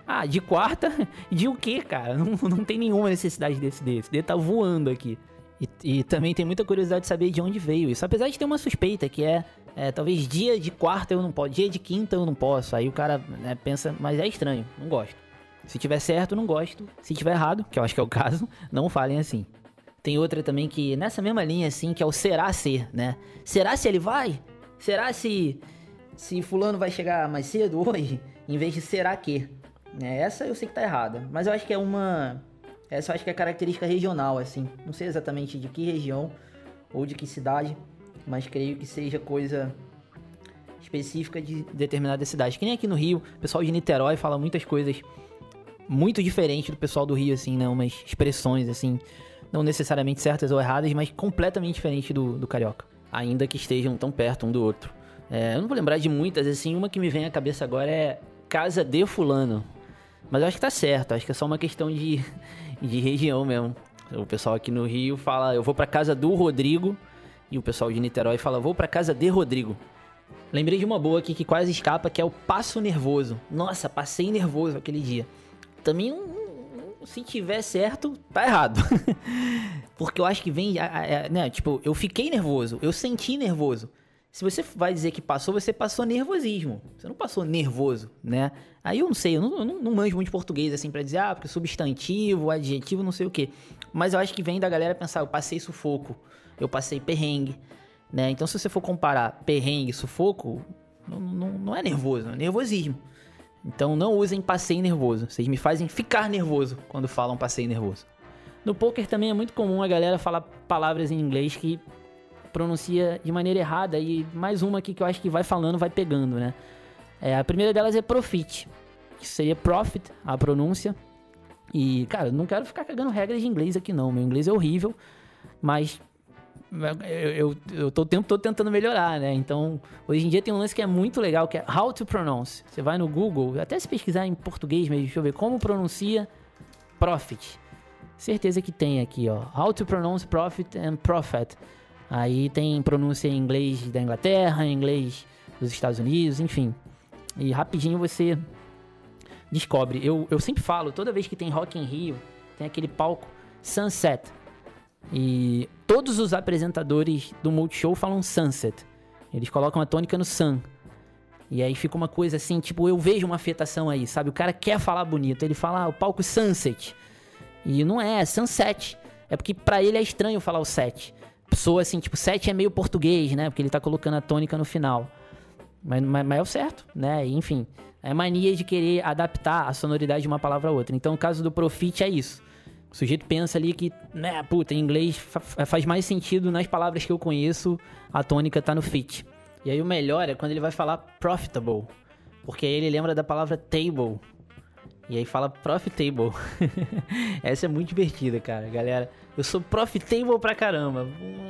Ah, de quarta? De o quê, cara? Não tem nenhuma necessidade desse dedo tá voando aqui. E também tem muita curiosidade de saber de onde veio isso. Apesar de ter uma suspeita que talvez dia de quarta eu não posso, dia de quinta eu não posso. Aí o cara, né, pensa, mas é estranho, não gosto. Se tiver certo, não gosto. Se tiver errado, que eu acho que é o caso, não falem assim. Tem outra também que, nessa mesma linha assim, que é o será se, né? Será se ele vai? Será se fulano vai chegar mais cedo hoje? Em vez de será que? Essa eu sei que tá errada, mas eu acho que essa eu acho que é característica regional, assim. Não sei exatamente de que região ou de que cidade, mas creio que seja coisa específica de determinada cidade. Que nem aqui no Rio, o pessoal de Niterói fala muitas coisas muito diferentes do pessoal do Rio, assim, né? Umas expressões, assim, não necessariamente certas ou erradas, mas completamente diferentes do carioca. Ainda que estejam tão perto um do outro. Eu não vou lembrar de muitas, assim, uma que me vem à cabeça agora é casa de fulano. Mas eu acho que tá certo, acho que é só uma questão de região mesmo. O pessoal aqui no Rio fala, eu vou pra casa do Rodrigo, e o pessoal de Niterói fala, vou pra casa de Rodrigo. Lembrei de uma boa aqui que quase escapa, que é o passo nervoso. Nossa, passei nervoso aquele dia. Também, se tiver certo, tá errado. Porque eu acho que vem, né, tipo, eu fiquei nervoso, eu senti nervoso. Se você vai dizer que passou, você passou nervosismo. Você não passou nervoso, né? Aí eu não sei, eu não manjo muito português assim pra dizer, porque substantivo, adjetivo, não sei o quê. Mas eu acho que vem da galera pensar, eu passei sufoco, eu passei perrengue, né? Então se você for comparar perrengue e sufoco, não é nervoso, é nervosismo. Então não usem passei nervoso. Vocês me fazem ficar nervoso quando falam passei nervoso. No poker também é muito comum a galera falar palavras em inglês que pronuncia de maneira errada, e mais uma aqui que eu acho que vai falando, vai pegando, né? A primeira delas é profit, que seria profit, a pronúncia. E, cara, não quero ficar cagando regras de inglês aqui não, meu inglês é horrível, mas eu tô o tempo todo tentando melhorar, né? Então, hoje em dia tem um lance que é muito legal, que é how to pronounce. Você vai no Google, até se pesquisar em português mesmo, deixa eu ver como pronuncia profit. Certeza que tem aqui, ó, how to pronounce profit and prophet. Aí tem pronúncia em inglês da Inglaterra, em inglês dos Estados Unidos, enfim. E rapidinho você descobre. Eu sempre falo, toda vez que tem Rock in Rio, tem aquele palco Sunset. E todos os apresentadores do Multishow falam Sunset. Eles colocam a tônica no sun. E aí fica uma coisa assim, tipo, eu vejo uma afetação aí, sabe? O cara quer falar bonito, ele fala, o palco Sunset. E não é Sunset. É porque pra ele é estranho falar o set. Pessoa assim, tipo, set é meio português, né? Porque ele tá colocando a tônica no final. Mas é o certo, né? Enfim, é mania de querer adaptar a sonoridade de uma palavra a outra. Então, o caso do profit é isso. O sujeito pensa ali que, né, puta, em inglês faz mais sentido nas palavras que eu conheço, a tônica tá no fit. E aí o melhor é quando ele vai falar profitable. Porque aí ele lembra da palavra table. E aí fala profitable. Essa é muito divertida, cara, galera. Eu sou profitable pra caramba.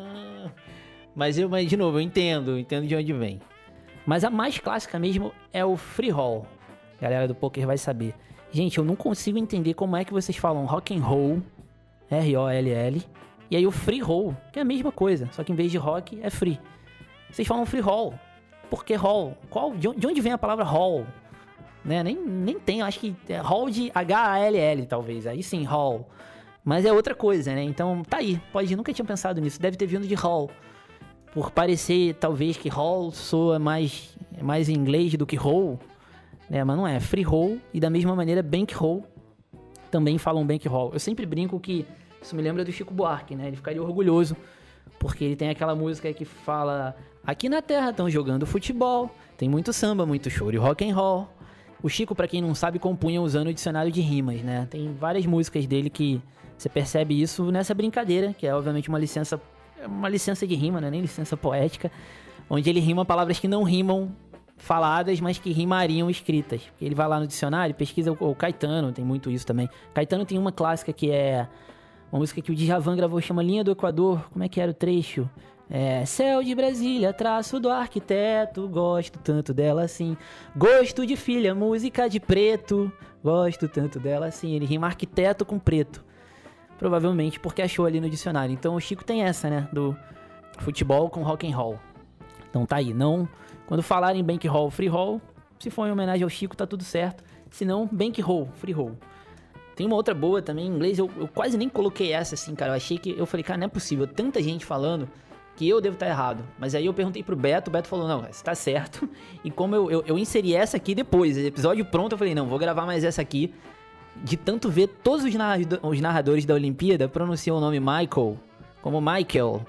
Mas de novo, eu entendo de onde vem. Mas a mais clássica mesmo é o free roll. A galera do poker vai saber. Gente, eu não consigo entender como é que vocês falam rock and roll, R-O-L-L, e aí o free roll, que é a mesma coisa, só que em vez de rock é free. Vocês falam free roll. Por que roll? De onde vem a palavra roll? Né? Nem tem, acho que é hall de H-A-L-L, talvez. Aí sim, hall. Mas é outra coisa, né? Então, tá aí. Nunca tinha pensado nisso. Deve ter vindo de hall. Por parecer, talvez, que hall soa mais em inglês do que roll. Né? Mas não é. Free roll e da mesma maneira, bankroll. Também falam bankroll. Eu sempre brinco que isso me lembra do Chico Buarque, né? Ele ficaria orgulhoso. Porque ele tem aquela música que fala: aqui na terra estão jogando futebol. Tem muito samba, muito choro e rock and roll. O Chico, pra quem não sabe, compunha usando o dicionário de rimas, né? Tem várias músicas dele que você percebe isso nessa brincadeira, que é obviamente uma licença de rima, né? Nem licença poética, onde ele rima palavras que não rimam faladas, mas que rimariam escritas. Ele vai lá no dicionário, pesquisa o Caetano, tem muito isso também. Caetano tem uma clássica que é uma música que o Djavan gravou, chama Linha do Equador. Como é que era o trecho? Céu de Brasília, traço do arquiteto, gosto tanto dela assim. Gosto de filha, música de preto, gosto tanto dela assim. Ele rima arquiteto com preto, provavelmente porque achou ali no dicionário. Então o Chico tem essa, né, do futebol com rock and roll. Então tá aí, não, quando falarem bankroll, free roll, se for em homenagem ao Chico, tá tudo certo. Se não, bankroll, free roll. Tem uma outra boa também em inglês, eu quase nem coloquei essa assim, cara. Eu falei, cara, não é possível, tanta gente falando que eu devo estar errado. Mas aí eu perguntei pro Beto, o Beto falou, não, você tá certo. E como eu inseri essa aqui depois, episódio pronto, eu falei, não, vou gravar mais essa aqui. De tanto ver todos os narradores da Olimpíada pronunciam o nome Michael como Michael.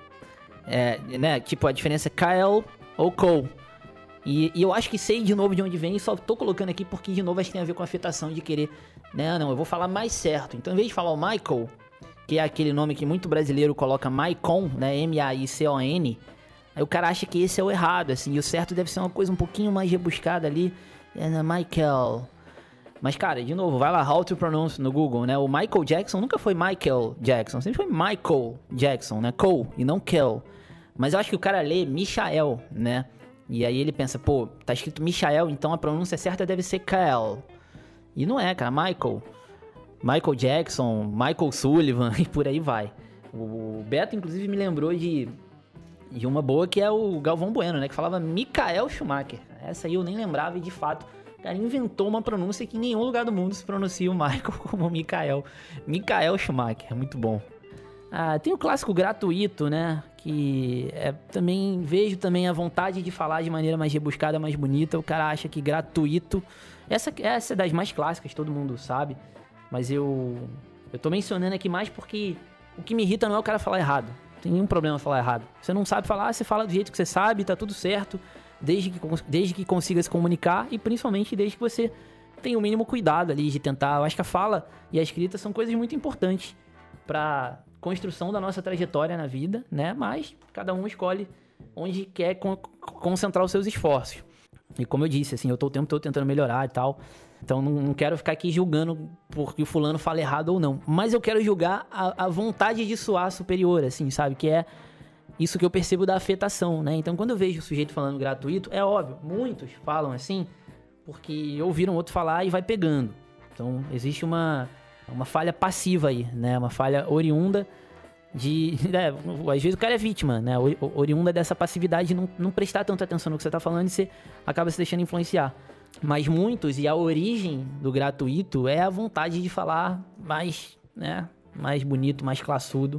Né? Tipo, a diferença é Kyle ou Cole. E eu acho que sei de novo de onde vem e só tô colocando aqui porque de novo acho que tem a ver com a afetação de querer, né? Não, eu vou falar mais certo. Então, em vez de falar o Michael, que é aquele nome que muito brasileiro coloca Maicon, né? M-A-I-C-O-N, aí o cara acha que esse é o errado, assim, e o certo deve ser uma coisa um pouquinho mais rebuscada ali. Michael. Mas, cara, de novo, vai lá, How to Pronounce no Google, né? O Michael Jackson nunca foi Michael Jackson, sempre foi Michael Jackson, né? Cole e não Kel. Mas eu acho que o cara lê Michael, né? E aí ele pensa, pô, tá escrito Michael, então a pronúncia certa deve ser Kel. E não é, cara, Michael Jackson, Michael Sullivan e por aí vai. O Beto, inclusive, me lembrou de uma boa que é o Galvão Bueno, né? Que falava Michael Schumacher. Essa aí eu nem lembrava e, de fato, o cara inventou uma pronúncia que em nenhum lugar do mundo se pronuncia o Michael como Michael. Michael Schumacher, é muito bom. Tem o clássico gratuito, né? Que também vejo também a vontade de falar de maneira mais rebuscada, mais bonita. O cara acha que gratuito... Essa é das mais clássicas, todo mundo sabe. Mas eu tô mencionando aqui mais porque o que me irrita não é o cara falar errado. Não tem nenhum problema falar errado. Você não sabe falar, você fala do jeito que você sabe, tá tudo certo. Desde que consiga se comunicar e principalmente desde que você tenha o mínimo cuidado ali de tentar... Eu acho que a fala e a escrita são coisas muito importantes pra construção da nossa trajetória na vida, né? Mas cada um escolhe onde quer concentrar os seus esforços. E como eu disse, assim, eu tô o tempo todo tentando melhorar e tal. Então não quero ficar aqui julgando porque o fulano fala errado ou não. Mas eu quero julgar a vontade de soar superior, assim, sabe? Que é isso que eu percebo da afetação, né? Então quando eu vejo o sujeito falando gratuito, é óbvio, muitos falam assim porque ouviram outro falar e vai pegando. Então existe uma falha passiva aí, né? Uma falha oriunda de... às vezes o cara é vítima, né? Oriunda dessa passividade de não prestar tanta atenção no que você tá falando e você acaba se deixando influenciar. Mas muitos, e a origem do gratuito é a vontade de falar mais, né? Mais bonito, mais classudo.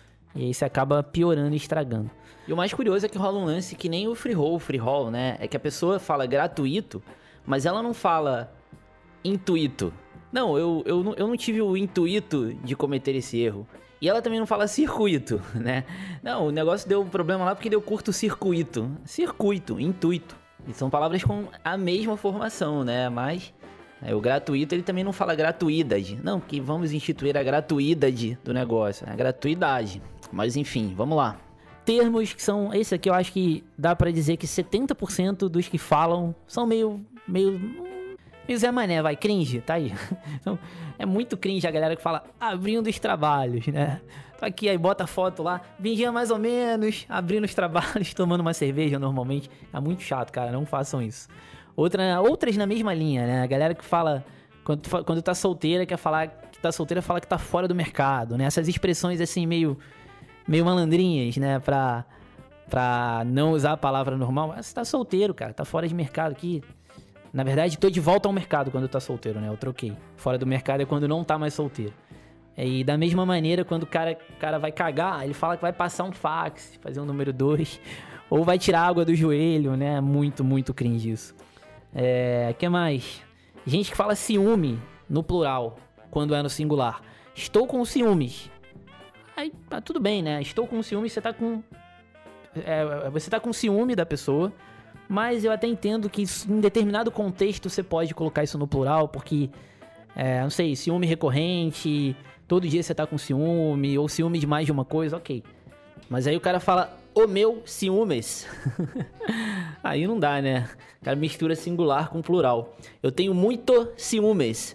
E aí você acaba piorando e estragando. E o mais curioso é que rola um lance que nem o free roll, né? É que a pessoa fala gratuito, mas ela não fala intuito. Não, eu não tive o intuito de cometer esse erro. E ela também não fala circuito, né? Não, o negócio deu problema lá porque deu curto-circuito. Circuito, intuito. E são palavras com a mesma formação, né? Mas o gratuito, ele também não fala gratuidade. Não, porque vamos instituir a gratuidade do negócio. A gratuidade. Mas enfim, vamos lá. Termos que são... Esse aqui eu acho que dá pra dizer que 70% dos que falam são meio Zé Mané, vai, cringe, tá aí. Então, é muito cringe a galera que fala abrindo os trabalhos, né? Tá aqui, aí bota a foto lá, vinha mais ou menos, abrindo os trabalhos, tomando uma cerveja normalmente. É muito chato, cara, não façam isso. Outras na mesma linha, né? A galera que fala, quando tá solteira, quer falar que tá solteira, fala que tá fora do mercado, né? Essas expressões assim, meio malandrinhas, né? Pra não usar a palavra normal. Você tá solteiro, cara, tá fora de mercado aqui. Na verdade, tô de volta ao mercado quando tá solteiro, né? Eu troquei. Fora do mercado é quando não tá mais solteiro. E da mesma maneira, quando o cara vai cagar, ele fala que vai passar um fax, fazer um número 2, ou vai tirar água do joelho, né? Muito, muito cringe isso. Que mais? Gente que fala ciúme no plural, quando é no singular. Estou com ciúmes. Aí, tá tudo bem, né? Estou com ciúmes, você tá com ciúme da pessoa. Mas eu até entendo que em determinado contexto você pode colocar isso no plural, porque, não sei, ciúme recorrente, todo dia você tá com ciúme, ou ciúme de mais de uma coisa, ok. Mas aí o cara fala, o meu ciúmes. Aí não dá, né? O cara mistura singular com plural. Eu tenho muito ciúmes.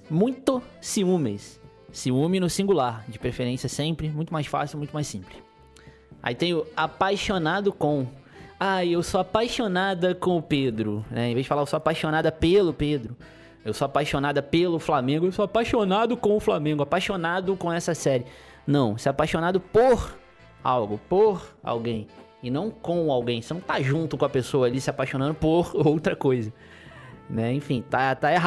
Ciúme no singular, de preferência sempre, muito mais fácil, muito mais simples. Aí tem o apaixonado com... eu sou apaixonada com o Pedro, né? Em vez de falar eu sou apaixonada pelo Pedro, eu sou apaixonada pelo Flamengo, eu sou apaixonado com o Flamengo, apaixonado com essa série. Não, você é apaixonado por algo, por alguém, e não com alguém. Você não tá junto com a pessoa ali se apaixonando por outra coisa, né? Enfim, tá errado.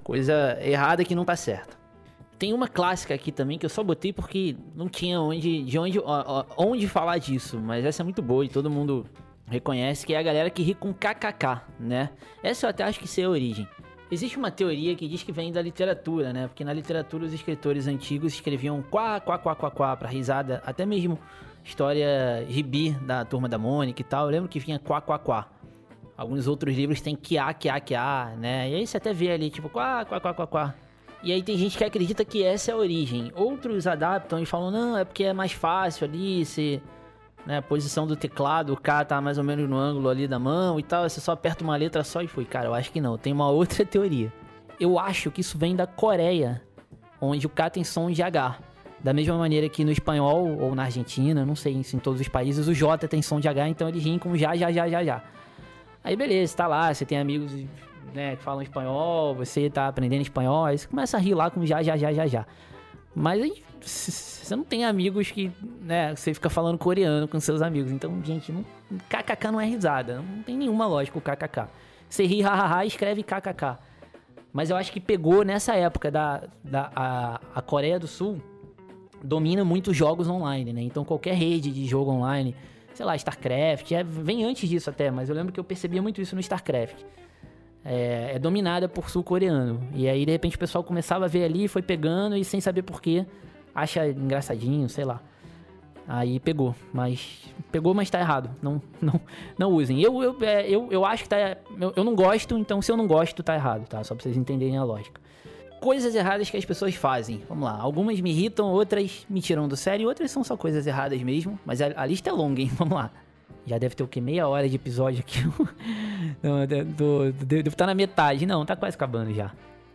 Coisa errada que não tá certa. Tem uma clássica aqui também que eu só botei porque não tinha onde falar disso, mas essa é muito boa e todo mundo reconhece, que é a galera que ri com kkk, né? Essa eu até acho que isso é a origem. Existe uma teoria que diz que vem da literatura, né? Porque na literatura os escritores antigos escreviam quá, quá, quá, quá, quá pra risada, até mesmo história gibi da Turma da Mônica e tal. Eu lembro que vinha quá, quá, quá. Alguns outros livros tem quiá, quiá, quiá, né? E aí você até vê ali, tipo, quá, quá, quá, quá, quá. E aí tem gente que acredita que essa é a origem. Outros adaptam e falam, não, é porque é mais fácil ali, se... né, a posição do teclado, o K tá mais ou menos no ângulo ali da mão e tal, você só aperta uma letra só e foi. Cara, eu acho que não, tem uma outra teoria. Eu acho que isso vem da Coreia, onde o K tem som de H. Da mesma maneira que no espanhol ou na Argentina, não sei se em todos os países, o J tem som de H, então eles riem com já, já, já, já, já. Aí beleza, tá lá, você tem amigos, né, que falam espanhol, você tá aprendendo espanhol, aí você começa a rir lá com já, já, já, já, já. Mas aí você não tem amigos que, né, você fica falando coreano com seus amigos. Então, gente, kkk não é risada. Não tem nenhuma lógica o kkk. Você ri, hahaha, escreve kkk. Mas eu acho que pegou nessa época a Coreia do Sul domina muito jogos online, né? Então, qualquer rede de jogo online, sei lá, StarCraft, vem antes disso até, mas eu lembro que eu percebia muito isso no StarCraft. É dominada por sul-coreano. E aí, de repente, o pessoal começava a ver ali, foi pegando e sem saber porquê, acha engraçadinho, sei lá. Aí pegou, mas tá errado. Não usem. Eu acho que tá... Eu não gosto, então se eu não gosto, tá errado, tá? Só pra vocês entenderem a lógica. Coisas erradas que as pessoas fazem. Vamos lá. Algumas me irritam, outras me tiram do sério, outras são só coisas erradas mesmo. Mas a lista é longa, hein? Vamos lá. Já deve ter o quê? Meia hora de episódio aqui. Devo estar na metade. Não, tá quase acabando já.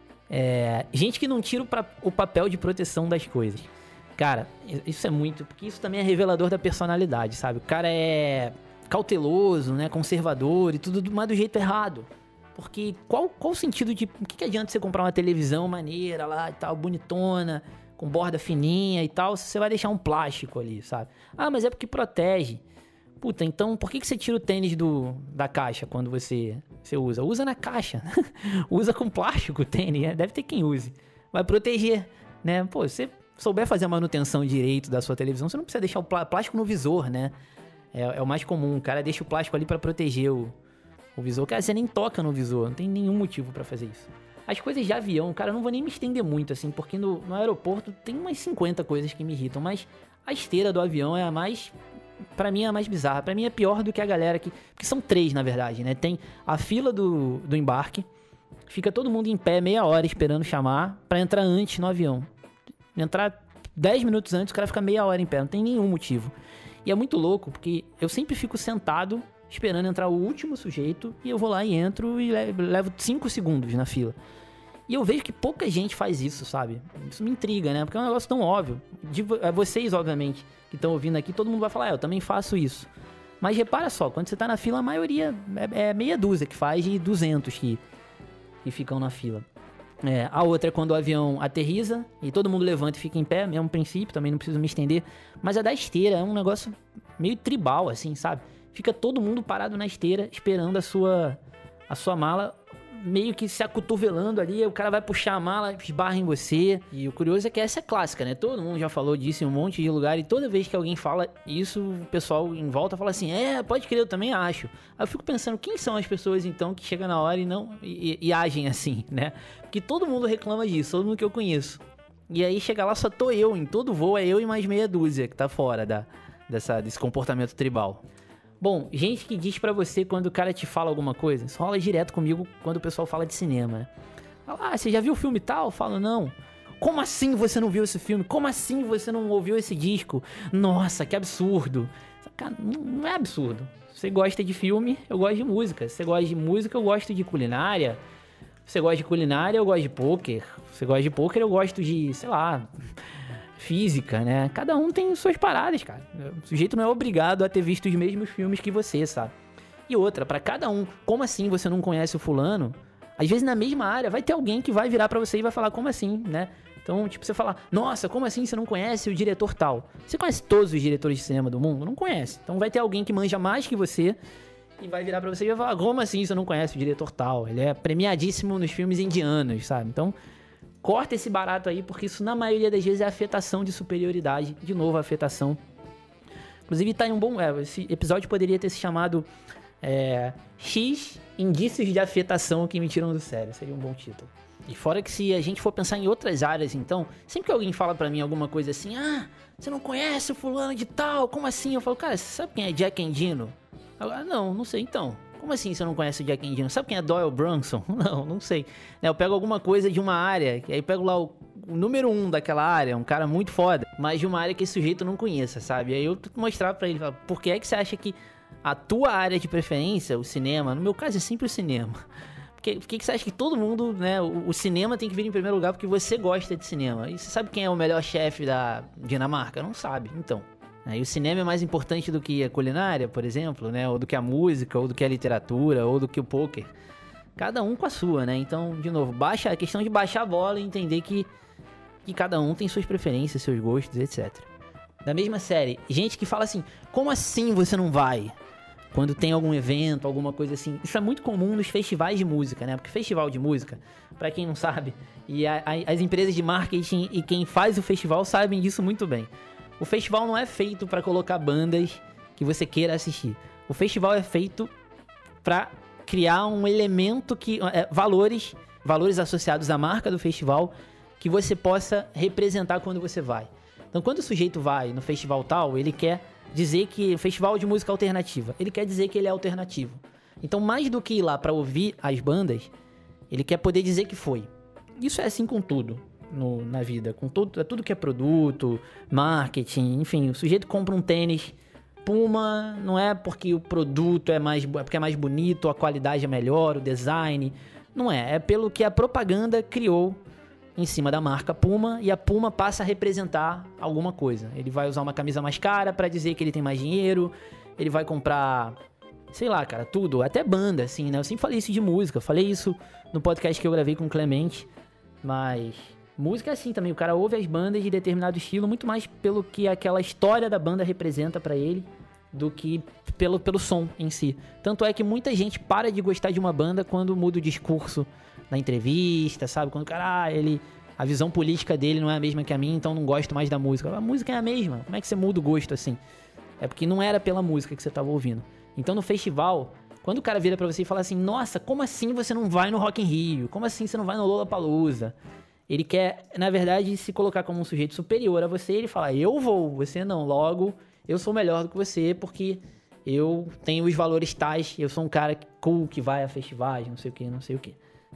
Gente que não tira o papel de proteção das coisas. Cara, isso é muito... Porque isso também é revelador da personalidade, sabe? O cara é cauteloso, né? Conservador e tudo, mas do jeito errado. Porque qual o sentido de... O que adianta você comprar uma televisão maneira lá e tal, bonitona, com borda fininha e tal, se você vai deixar um plástico ali, sabe? Ah, mas é porque protege. Puta, então por que você tira o tênis da caixa quando você usa? Usa na caixa. Usa com plástico o tênis, né? Deve ter quem use. Vai proteger, né? Pô, se você souber fazer a manutenção direito da sua televisão, você não precisa deixar o plástico no visor, né? É o mais comum. O cara deixa o plástico ali pra proteger o visor. Cara, você nem toca no visor. Não tem nenhum motivo pra fazer isso. As coisas de avião, cara, eu não vou nem me estender muito, assim, porque no aeroporto tem umas 50 coisas que me irritam, mas a esteira do avião é a mais... Pra mim é a mais bizarra. Pra mim é pior do que a galera que... Porque são 3, na verdade, né? Tem a fila do embarque. Fica todo mundo em pé meia hora esperando chamar pra entrar antes no avião. Entrar 10 minutos antes, o cara fica meia hora em pé. Não tem nenhum motivo. E é muito louco, porque eu sempre fico sentado esperando entrar o último sujeito e eu vou lá e entro e levo 5 segundos na fila. E eu vejo que pouca gente faz isso, sabe? Isso me intriga, né? Porque é um negócio tão óbvio. Vocês, obviamente, que estão ouvindo aqui, todo mundo vai falar, eu também faço isso. Mas repara só, quando você tá na fila, a maioria é meia dúzia que faz e 200 que ficam na fila. A outra é quando o avião aterriza e todo mundo levanta e fica em pé, mesmo princípio, também não preciso me estender. Mas a da esteira é um negócio meio tribal, assim, sabe? Fica todo mundo parado na esteira, esperando a sua mala, meio que se acotovelando ali, o cara vai puxar a mala, esbarra em você. E o curioso é que essa é clássica, né? Todo mundo já falou disso em um monte de lugar, e toda vez que alguém fala isso, o pessoal em volta fala assim, pode crer, eu também acho. Aí eu fico pensando, quem são as pessoas então que chegam na hora e agem assim, né? Porque todo mundo reclama disso, todo mundo que eu conheço. E aí chega lá, só tô eu, em todo voo é eu e mais meia dúzia que tá fora desse comportamento tribal. Bom, gente que diz pra você quando o cara te fala alguma coisa, isso rola direto comigo quando o pessoal fala de cinema, né? Fala, você já viu o filme tal? Eu falo, não. Como assim você não viu esse filme? Como assim você não ouviu esse disco? Nossa, que absurdo. Cara, não é absurdo. Você gosta de filme, eu gosto de música. Você gosta de música, eu gosto de culinária. Você gosta de culinária, eu gosto de pôquer. Você gosta de pôquer, eu gosto de, sei lá... física, né? Cada um tem suas paradas, cara. O sujeito não é obrigado a ter visto os mesmos filmes que você, sabe? E outra, pra cada um, como assim você não conhece o fulano? Às vezes na mesma área vai ter alguém que vai virar pra você e vai falar, como assim, né? Então, tipo, você falar, nossa, como assim você não conhece o diretor tal? Você conhece todos os diretores de cinema do mundo? Não conhece. Então vai ter alguém que manja mais que você e vai virar pra você e vai falar, como assim você não conhece o diretor tal? Ele é premiadíssimo nos filmes indianos, sabe? Então, corta esse barato aí, porque isso na maioria das vezes é afetação de superioridade. De novo, afetação. Inclusive, tá em um bom... esse episódio poderia ter se chamado X Indícios de Afetação que me tiram do sério. Seria um bom título. E fora que se a gente for pensar em outras áreas, então, sempre que alguém fala pra mim alguma coisa assim, você não conhece o fulano de tal, como assim? Eu falo, cara, você sabe quem é Jack Endino? Não sei, então. Como assim você não conhece o Jack Endino? Sabe quem é Doyle Brunson? Não sei. Eu pego alguma coisa de uma área, aí eu pego lá o número 1 daquela área, um cara muito foda, mas de uma área que esse sujeito não conheça, sabe? Aí eu tento mostrar pra ele, por que é que você acha que a tua área de preferência, o cinema, no meu caso é sempre o cinema. Por que você acha que todo mundo, né, o cinema tem que vir em primeiro lugar porque você gosta de cinema? E você sabe quem é o melhor chefe da Dinamarca? Não sabe, então. E o cinema é mais importante do que a culinária, por exemplo, né? Ou do que a música, ou do que a literatura, ou do que o poker. Cada um com a sua, né? Então, de novo, a questão de baixar a bola e entender que cada um tem suas preferências, seus gostos, etc. Da mesma série, gente que fala assim, como assim você não vai? Quando tem algum evento, alguma coisa assim. Isso é muito comum nos festivais de música, né? Porque festival de música, pra quem não sabe, e as empresas de marketing e quem faz o festival sabem disso muito bem. O festival não é feito pra colocar bandas que você queira assistir. O festival é feito pra criar um elemento que... valores associados à marca do festival que você possa representar quando você vai. Então, quando o sujeito vai no festival tal, ele quer dizer que... Festival de música alternativa. Ele quer dizer que ele é alternativo. Então, mais do que ir lá pra ouvir as bandas, ele quer poder dizer que foi. Isso é assim com tudo na vida. Com tudo que é produto, marketing, enfim. O sujeito compra um tênis Puma, não é porque o produto porque é mais bonito, a qualidade é melhor, o design. Não é. É pelo que a propaganda criou em cima da marca Puma, e a Puma passa a representar alguma coisa. Ele vai usar uma camisa mais cara pra dizer que ele tem mais dinheiro, ele vai comprar, sei lá, cara, tudo, até banda, assim, né? Eu sempre falei isso de música, falei isso no podcast que eu gravei com o Clemente, mas música é assim também, o cara ouve as bandas de determinado estilo muito mais pelo que aquela história da banda representa pra ele, do que pelo som em si. Tanto é que muita gente para de gostar de uma banda quando muda o discurso na entrevista, sabe? Quando o cara, a visão política dele não é a mesma que a minha, então não gosto mais da música. A música é a mesma. Como é que você muda o gosto assim? É porque não era pela música que você estava ouvindo. Então no festival, quando o cara vira pra você e fala assim, nossa, como assim você não vai no Rock in Rio? Como assim você não vai no Lollapalooza? Ele quer, na verdade, se colocar como um sujeito superior a você, e ele fala, eu vou, você não, logo eu sou melhor do que você porque eu tenho os valores tais, eu sou um cara cool que vai a festivais, não sei o que.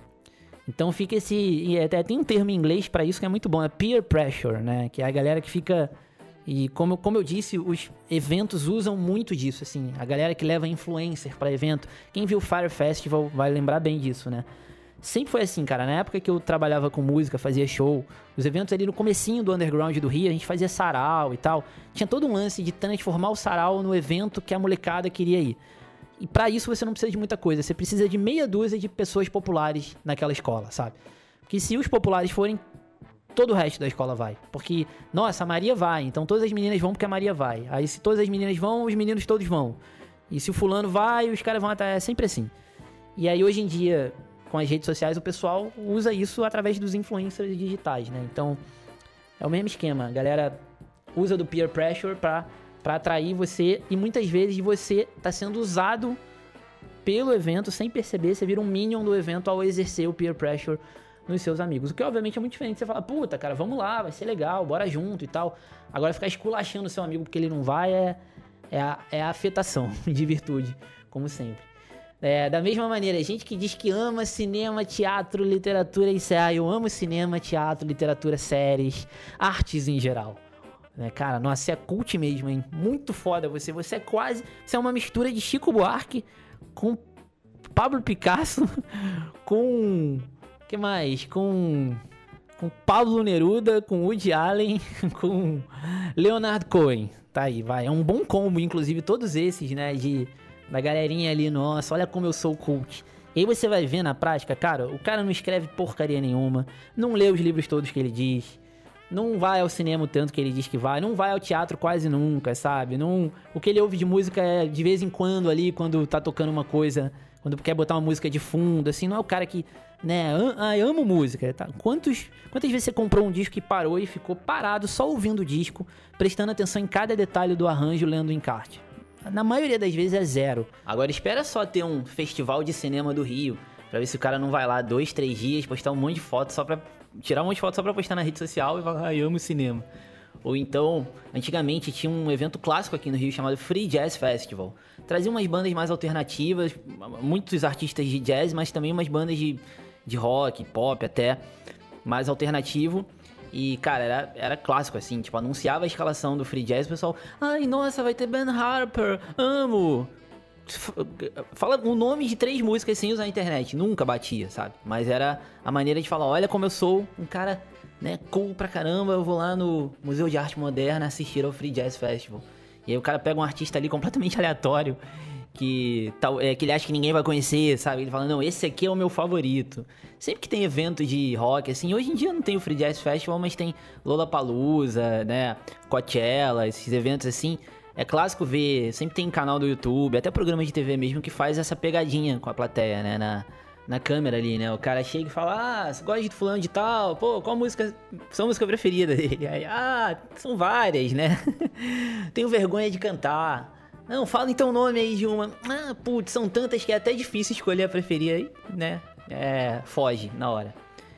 Então fica esse... E até tem um termo em inglês pra isso que é muito bom, é peer pressure, né? Que é a galera que fica... E como eu disse, os eventos usam muito disso, assim. A galera que leva influencer pra evento. Quem viu o Fire Festival vai lembrar bem disso, né? Sempre foi assim, cara. Na época que eu trabalhava com música, fazia show, os eventos ali no comecinho do underground do Rio, a gente fazia sarau e tal. Tinha todo um lance de transformar o sarau no evento que a molecada queria ir. E pra isso você não precisa de muita coisa, você precisa de meia dúzia de pessoas populares naquela escola, sabe? Porque se os populares forem, todo o resto da escola vai. Porque, nossa, a Maria vai, então todas as meninas vão porque a Maria vai. Aí se todas as meninas vão, os meninos todos vão. E se o fulano vai, os caras vão até... É sempre assim. E aí hoje em dia, com as redes sociais, o pessoal usa isso através dos influencers digitais, né? Então, é o mesmo esquema. A galera usa do peer pressure pra atrair você, e muitas vezes você tá sendo usado pelo evento sem perceber, você vira um minion do evento ao exercer o peer pressure nos seus amigos, o que obviamente é muito diferente. Você fala, puta, cara, vamos lá, vai ser legal, bora junto e tal. Agora ficar esculachando o seu amigo porque ele não vai é a afetação de virtude, como sempre. Da mesma maneira, gente que diz que ama cinema, teatro, literatura e série. Eu amo cinema, teatro, literatura, séries, artes em geral. Cara, nossa, você é cult mesmo, hein? Muito foda você. Você é uma mistura de Chico Buarque com Pablo Picasso, com... O que mais? Com Pablo Neruda, com Woody Allen, com Leonard Cohen. Tá aí, vai. É um bom combo, inclusive, todos esses, né? Da galerinha ali, nossa, olha como eu sou cult. E aí você vai ver na prática, cara, o cara não escreve porcaria nenhuma, não lê os livros todos que ele diz, não vai ao cinema o tanto que ele diz que vai, não vai ao teatro quase nunca, sabe? Não, o que ele ouve de música é de vez em quando ali, quando tá tocando uma coisa, quando quer botar uma música de fundo, assim, não é o cara que, né, amo música, tá? Quantas vezes você comprou um disco e parou e ficou parado só ouvindo o disco, prestando atenção em cada detalhe do arranjo, lendo o encarte? Na maioria das vezes é zero. Agora espera só ter um festival de cinema do Rio, pra ver se o cara não vai lá 2, 3 dias, postar um monte de fotos só pra... tirar um monte de fotos só pra postar na rede social e falar, ai, amo cinema. Ou então, antigamente tinha um evento clássico aqui no Rio chamado Free Jazz Festival. Trazia umas bandas mais alternativas, muitos artistas de jazz, mas também umas bandas de rock, pop até, mais alternativo. E, cara, era clássico, assim, tipo, anunciava a escalação do Free Jazz, o pessoal, ai, nossa, vai ter Ben Harper, amo. Fala o nome de 3 músicas sem usar a internet, nunca batia, sabe? Mas era a maneira de falar, olha como eu sou um cara, né, cool pra caramba, eu vou lá no Museu de Arte Moderna assistir ao Free Jazz Festival. E aí o cara pega um artista ali completamente aleatório, que ele acha que ninguém vai conhecer, sabe? Ele fala, não, esse aqui é o meu favorito. Sempre que tem evento de rock, assim, hoje em dia não tem o Free Jazz Festival, mas tem Lollapalooza, né, Coachella, esses eventos assim. É clássico ver, sempre tem canal do YouTube, até programa de TV mesmo, que faz essa pegadinha com a plateia, né, na câmera ali, né? O cara chega e fala, você gosta de fulano de tal? Pô, qual música, sua música preferida dele? Aí, são várias, né? Tenho vergonha de cantar. Não, fala então o nome aí de uma. Putz, são tantas que é até difícil escolher a preferida aí, né? Foge na hora.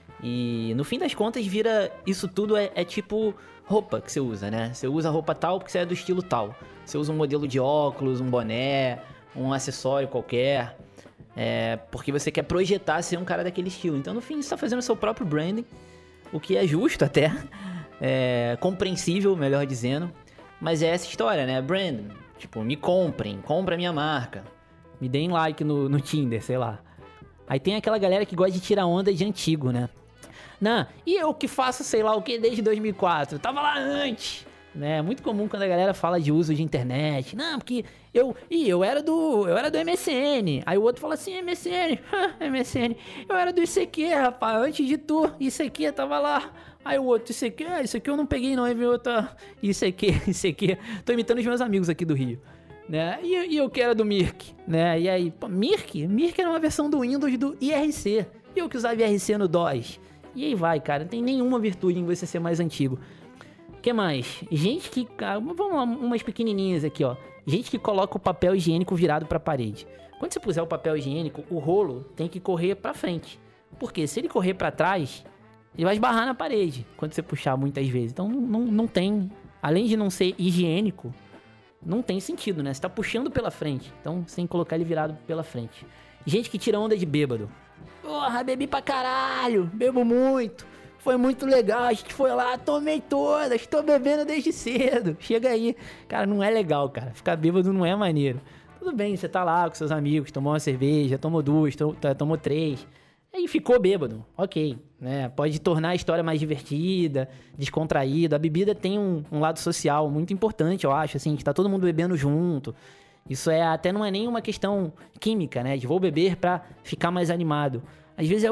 E no fim das contas vira, isso tudo é tipo roupa que você usa, né? Você usa roupa tal porque você é do estilo tal. Você usa um modelo de óculos, um boné, um acessório qualquer, porque você quer projetar ser um cara daquele estilo. Então no fim você tá fazendo o seu próprio branding, o que é justo até, compreensível, melhor dizendo. Mas é essa história, né? Branding. Tipo, me comprem, compra a minha marca. Me deem like no Tinder, sei lá. Aí tem aquela galera que gosta de tirar onda de antigo, né? Não, e eu que faço sei lá o que desde 2004, tava lá antes, né? É muito comum quando a galera fala de uso de internet. Não, porque eu era do MSN. Aí o outro fala assim, MSN, eu era do ICQ, rapaz, antes de tu, ICQ tava lá. Aí o outro, ICQ eu não peguei não, aí veio outra, ICQ, tô imitando os meus amigos aqui do Rio, né? E eu que era do Mirk, né? E aí, pô, Mirk era uma versão do Windows do IRC, e eu que usava IRC no DOS. E aí vai, cara, não tem nenhuma virtude em você ser mais antigo. O que mais? Gente que, vamos lá, umas pequenininhas aqui, ó. Gente que coloca o papel higiênico virado pra parede. Quando você puser o papel higiênico, o rolo tem que correr pra frente. Porque se ele correr pra trás, ele vai esbarrar na parede quando você puxar muitas vezes. Então não tem, além de não ser higiênico, não tem sentido, né? Você tá puxando pela frente, então você tem que colocar ele virado pela frente. Gente que tira onda de bêbado. Porra, bebi pra caralho, bebo muito, foi muito legal, a gente foi lá, tomei todas, tô bebendo desde cedo. Chega aí, cara, não é legal, cara, ficar bêbado não é maneiro. Tudo bem, você tá lá com seus amigos, tomou uma cerveja, tomou 2, tomou 3... Aí ficou bêbado, ok, né? Pode tornar a história mais divertida, descontraída. A bebida tem um lado social muito importante, eu acho, assim, que tá todo mundo bebendo junto. Isso até não é nem uma questão química, né? De vou beber pra ficar mais animado. Às vezes é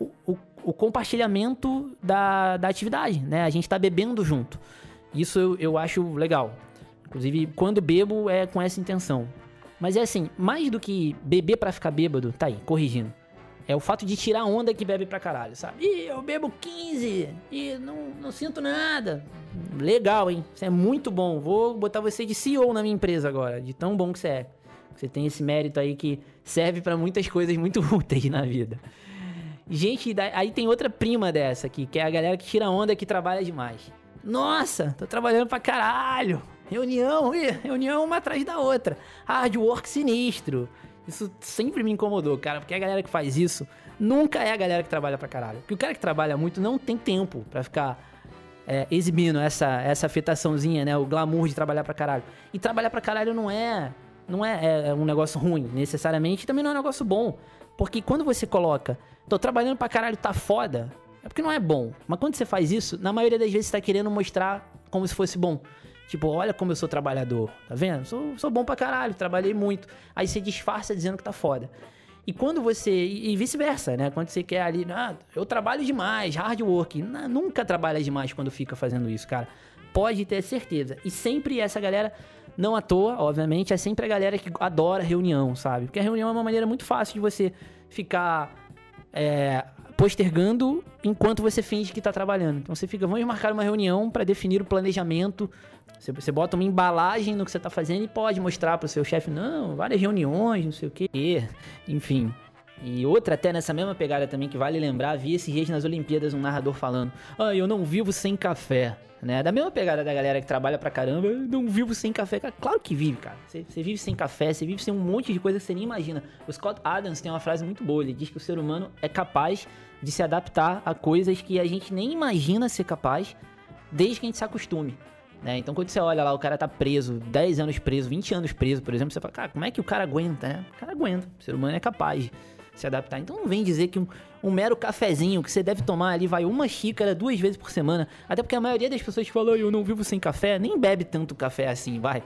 o compartilhamento da atividade, né? A gente tá bebendo junto. Isso eu acho legal. Inclusive, quando bebo é com essa intenção. Mas é assim, mais do que beber pra ficar bêbado, tá aí, corrigindo. É o fato de tirar onda que bebe pra caralho, sabe? Ih, eu bebo 15 e não sinto nada. Legal, hein? Isso é muito bom. Vou botar você de CEO na minha empresa agora, de tão bom que você é. Você tem esse mérito aí que serve pra muitas coisas muito úteis na vida. Gente, aí tem outra prima dessa aqui, que é a galera que tira onda que trabalha demais. Nossa, tô trabalhando pra caralho. Reunião uma atrás da outra. Hard work sinistro. Isso sempre me incomodou, cara, porque a galera que faz isso nunca é a galera que trabalha pra caralho. Porque o cara que trabalha muito não tem tempo pra ficar exibindo essa afetaçãozinha, né? O glamour de trabalhar pra caralho. E trabalhar pra caralho não é um negócio ruim, necessariamente, também não é um negócio bom. Porque quando você coloca, tô trabalhando pra caralho, tá foda, é porque não é bom. Mas quando você faz isso, na maioria das vezes você tá querendo mostrar como se fosse bom. Tipo, olha como eu sou trabalhador, tá vendo? Sou bom pra caralho, trabalhei muito. Aí você disfarça dizendo que tá foda. E quando você... E vice-versa, né? Quando você quer ali... eu trabalho demais, hard work. Nunca trabalha demais quando fica fazendo isso, cara. Pode ter certeza. E sempre essa galera, não à toa, obviamente, é sempre a galera que adora reunião, sabe? Porque a reunião é uma maneira muito fácil de você ficar postergando enquanto você finge que tá trabalhando. Então você fica, vamos marcar uma reunião para definir o planejamento. Você bota uma embalagem no que você tá fazendo e pode mostrar pro seu chefe, não, várias reuniões, não sei o quê. Enfim. E outra até nessa mesma pegada também, que vale lembrar, vi esses dias nas Olimpíadas um narrador falando, eu não vivo sem café, né? Da mesma pegada da galera que trabalha pra caramba, eu não vivo sem café. Cara, claro que vive, cara. Você vive sem café, você vive sem um monte de coisa que você nem imagina. O Scott Adams tem uma frase muito boa, ele diz que o ser humano é capaz de se adaptar a coisas que a gente nem imagina ser capaz, desde que a gente se acostume. Né? Então quando você olha lá, o cara tá preso, 10 anos preso, 20 anos preso, por exemplo, você fala, cara, como é que o cara aguenta, né? O cara aguenta, o ser humano é capaz de se adaptar. Então não vem dizer que um mero cafezinho que você deve tomar ali, vai uma xícara 2 vezes por semana, até porque a maioria das pessoas que falam, eu não vivo sem café, nem bebe tanto café assim, vai.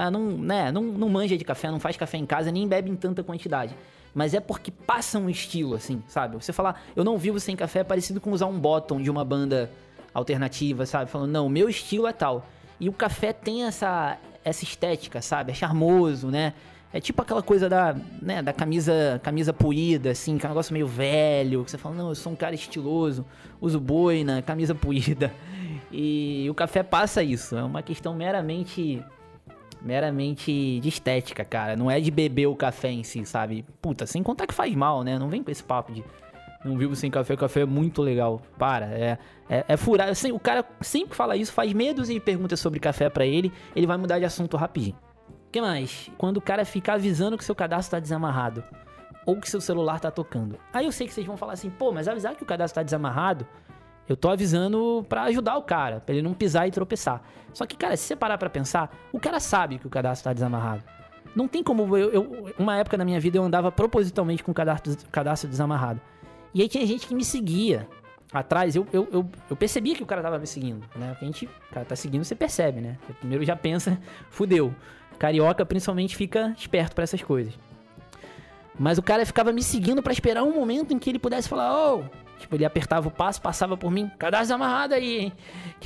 Não manja de café, não faz café em casa, nem bebe em tanta quantidade. Mas é porque passa um estilo, assim, sabe? Você falar, eu não vivo sem café, é parecido com usar um bottom de uma banda alternativa, sabe? Falando, não, meu estilo é tal. E o café tem essa estética, sabe? É charmoso, né? É tipo aquela coisa da camisa poída, assim, que é um negócio meio velho, que você fala, não, eu sou um cara estiloso, uso boina, camisa poída. E o café passa isso, é uma questão meramente de estética, cara. Não é de beber o café em si, sabe? Puta, sem contar que faz mal, né? Não vem com esse papo de não vivo sem café, o café é muito legal. Para, é furar. Assim, o cara sempre fala isso, faz meia dúzia de perguntas sobre café pra ele vai mudar de assunto rapidinho. O que mais? Quando o cara fica avisando que seu cadastro tá desamarrado ou que seu celular tá tocando. Aí eu sei que vocês vão falar assim, pô, mas avisar que o cadastro tá desamarrado, eu tô avisando pra ajudar o cara, pra ele não pisar e tropeçar. Só que, cara, se você parar pra pensar, o cara sabe que o cadastro tá desamarrado. Não tem como... uma época da minha vida eu andava propositalmente com o cadastro desamarrado. E aí tinha gente que me seguia atrás. Eu percebia que o cara tava me seguindo, né? Porque o cara tá seguindo, você percebe, né? Você primeiro já pensa, fudeu. Carioca, principalmente, fica esperto pra essas coisas. Mas o cara ficava me seguindo pra esperar um momento em que ele pudesse falar, tipo, ele apertava o passo, passava por mim, cadastro amarrado aí, hein?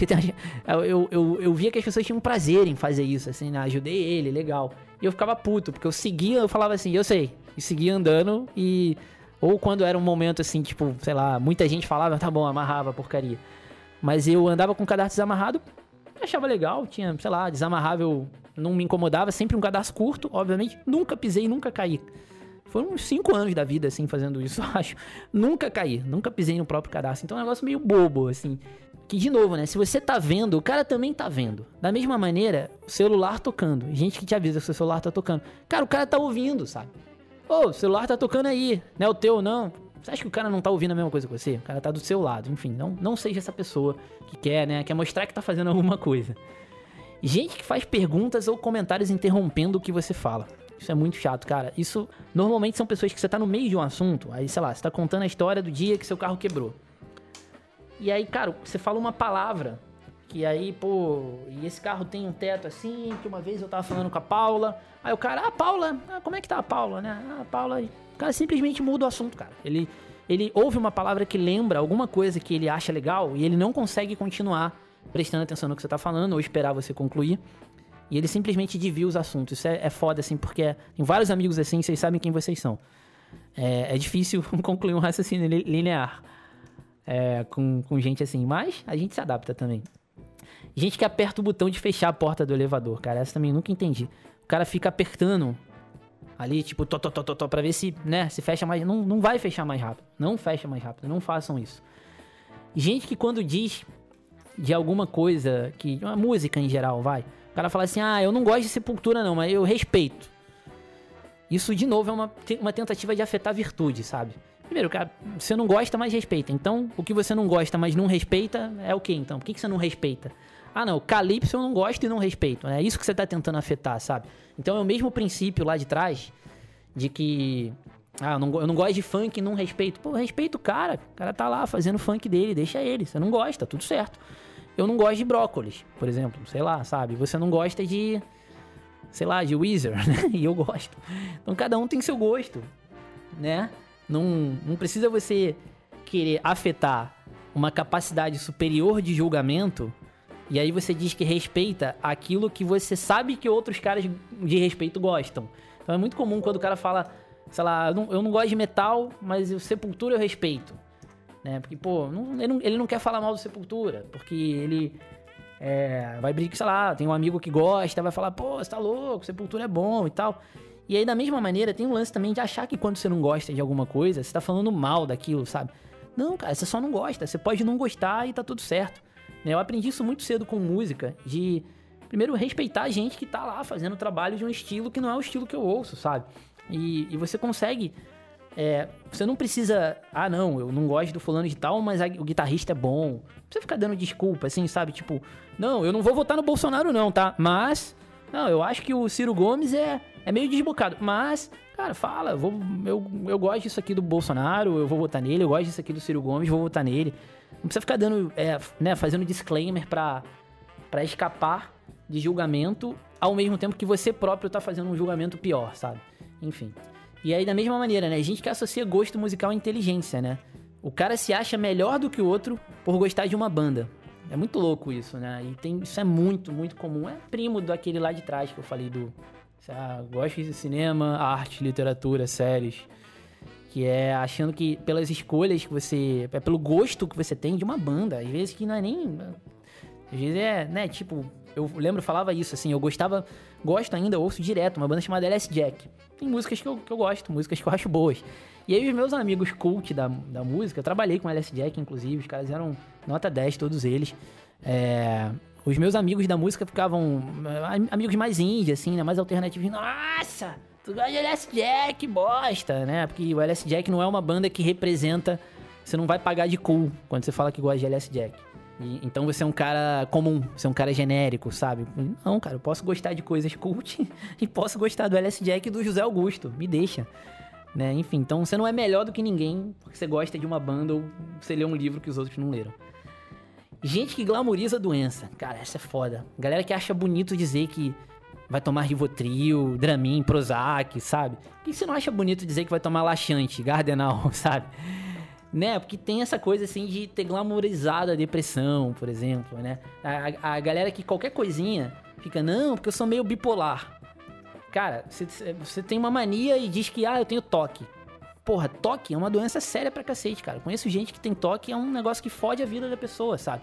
Eu via que as pessoas tinham prazer em fazer isso, assim, né? Ajudei ele, legal. E eu ficava puto, porque eu seguia, eu falava assim, eu sei. E seguia andando e... Ou quando era um momento assim, tipo, sei lá, muita gente falava, tá bom, amarrava a porcaria. Mas eu andava com o cadastro desamarrado, achava legal, tinha, sei lá, desamarrável, não me incomodava, sempre um cadastro curto, obviamente, nunca pisei, nunca caí. Foram uns 5 anos da vida, assim, fazendo isso, eu acho. Nunca caí, nunca pisei no próprio cadastro. Então é um negócio meio bobo, assim. Que, de novo, né, se você tá vendo, o cara também tá vendo. Da mesma maneira, o celular tocando. Gente que te avisa que o seu celular tá tocando. Cara, o cara tá ouvindo, sabe? O celular tá tocando aí, não é o teu, não. Você acha que o cara não tá ouvindo a mesma coisa que você? O cara tá do seu lado, enfim. Não seja essa pessoa que quer mostrar que tá fazendo alguma coisa. Gente que faz perguntas ou comentários interrompendo o que você fala. Isso é muito chato, cara. Isso, normalmente, são pessoas que você tá no meio de um assunto, aí, sei lá, você tá contando a história do dia que seu carro quebrou. E aí, cara, você fala uma palavra, que aí, pô, e esse carro tem um teto assim, que uma vez eu tava falando com a Paula, aí o cara, Paula, como é que tá a Paula, né? A Paula, o cara simplesmente muda o assunto, cara. Ele ouve uma palavra que lembra alguma coisa que ele acha legal e ele não consegue continuar prestando atenção no que você tá falando ou esperar você concluir. E ele simplesmente desvia os assuntos. Isso é foda, assim, porque tem vários amigos assim, vocês sabem quem vocês são. É difícil concluir um raciocínio linear com gente assim, mas a gente se adapta também. Gente que aperta o botão de fechar a porta do elevador, cara, essa também eu nunca entendi. O cara fica apertando ali, tipo, pra ver se, né, se fecha mais... Não vai fechar mais rápido. Não fecha mais rápido, não façam isso. Gente que quando diz de alguma coisa, uma música em geral, vai... O cara fala assim, eu não gosto de Sepultura não, mas eu respeito. Isso, de novo, é uma tentativa de afetar a virtude, sabe? Primeiro, cara, você não gosta, mas respeita. Então, o que você não gosta, mas não respeita, é o quê, então? Por que você não respeita? Não, Calypso eu não gosto e não respeito. É isso que você tá tentando afetar, sabe? Então, é o mesmo princípio lá de trás, de que... eu não gosto de funk e não respeito. Pô, respeita o cara. O cara tá lá fazendo funk dele, deixa ele. Você não gosta, tudo certo. Eu não gosto de brócolis, por exemplo, sei lá, sabe? Você não gosta de, sei lá, de Weezer, né? E eu gosto. Então cada um tem seu gosto. né? Não precisa você querer afetar uma capacidade superior de julgamento, e aí você diz que respeita aquilo que você sabe que outros caras de respeito gostam. Então é muito comum quando o cara fala, sei lá, eu não gosto de metal, mas o Sepultura eu respeito, né? Porque, pô, ele não quer falar mal do Sepultura, porque ele vai brincar, sei lá, tem um amigo que gosta, vai falar, pô, você tá louco, Sepultura é bom e tal. E aí, da mesma maneira, tem um lance também de achar que quando você não gosta de alguma coisa, você tá falando mal daquilo, sabe? Não, cara, você só não gosta. Você pode não gostar e tá tudo certo. Eu aprendi isso muito cedo com música, de, primeiro, respeitar a gente que tá lá fazendo trabalho de um estilo que não é o estilo que eu ouço, sabe? E você consegue... você não precisa... Ah, não, eu não gosto do fulano de tal, mas o guitarrista é bom. Não precisa ficar dando desculpa, assim, sabe? Tipo, não, eu não vou votar no Bolsonaro não, tá? Mas... Não, eu acho que o Ciro Gomes é meio desbocado. Mas, cara, fala, eu gosto disso aqui do Bolsonaro, eu vou votar nele. Eu gosto disso aqui do Ciro Gomes, vou votar nele. Não precisa ficar dando, fazendo disclaimer pra escapar de julgamento, ao mesmo tempo que você próprio tá fazendo um julgamento pior, sabe? Enfim. E aí, da mesma maneira, né? A gente que associa gosto musical à inteligência, né? O cara se acha melhor do que o outro por gostar de uma banda. É muito louco isso, né? E isso é muito, muito comum. É primo daquele lá de trás que eu falei gosto de cinema, arte, literatura, séries. Que é achando que pelas escolhas que você... É pelo gosto que você tem de uma banda. Às vezes que não é nem... Às vezes né? Tipo, eu lembro, falava isso, assim. Gosto ainda, ouço direto uma banda chamada LS Jack. Tem músicas que eu gosto, músicas que eu acho boas. E aí os meus amigos cult da música, eu trabalhei com LS Jack, inclusive, os caras eram nota 10, todos eles. Os meus amigos da música ficavam... Amigos mais indie, assim, né? Mais alternativos. Nossa, tu gosta de LS Jack, bosta, né? Porque o LS Jack não é uma banda que representa... Você não vai pagar de cool quando você fala que gosta de LS Jack. Então você é um cara comum, você é um cara genérico, sabe? Não, cara, eu posso gostar de coisas cult e posso gostar do LS Jack e do José Augusto. Me deixa. Né? Enfim, então você não é melhor do que ninguém porque você gosta de uma banda ou você lê um livro que os outros não leram. Gente que glamoriza a doença. Cara, essa é foda. Galera que acha bonito dizer que vai tomar Rivotril, Dramin, Prozac, sabe? Por que você não acha bonito dizer que vai tomar laxante, Gardenal, sabe? Né? Porque tem essa coisa assim de ter glamorizado a depressão, por exemplo, né? A galera que qualquer coisinha fica, não, porque eu sou meio bipolar. Cara, você tem uma mania e diz que, eu tenho toque. Porra, toque é uma doença séria pra cacete, cara. Eu conheço gente que tem toque, é um negócio que fode a vida da pessoa, sabe?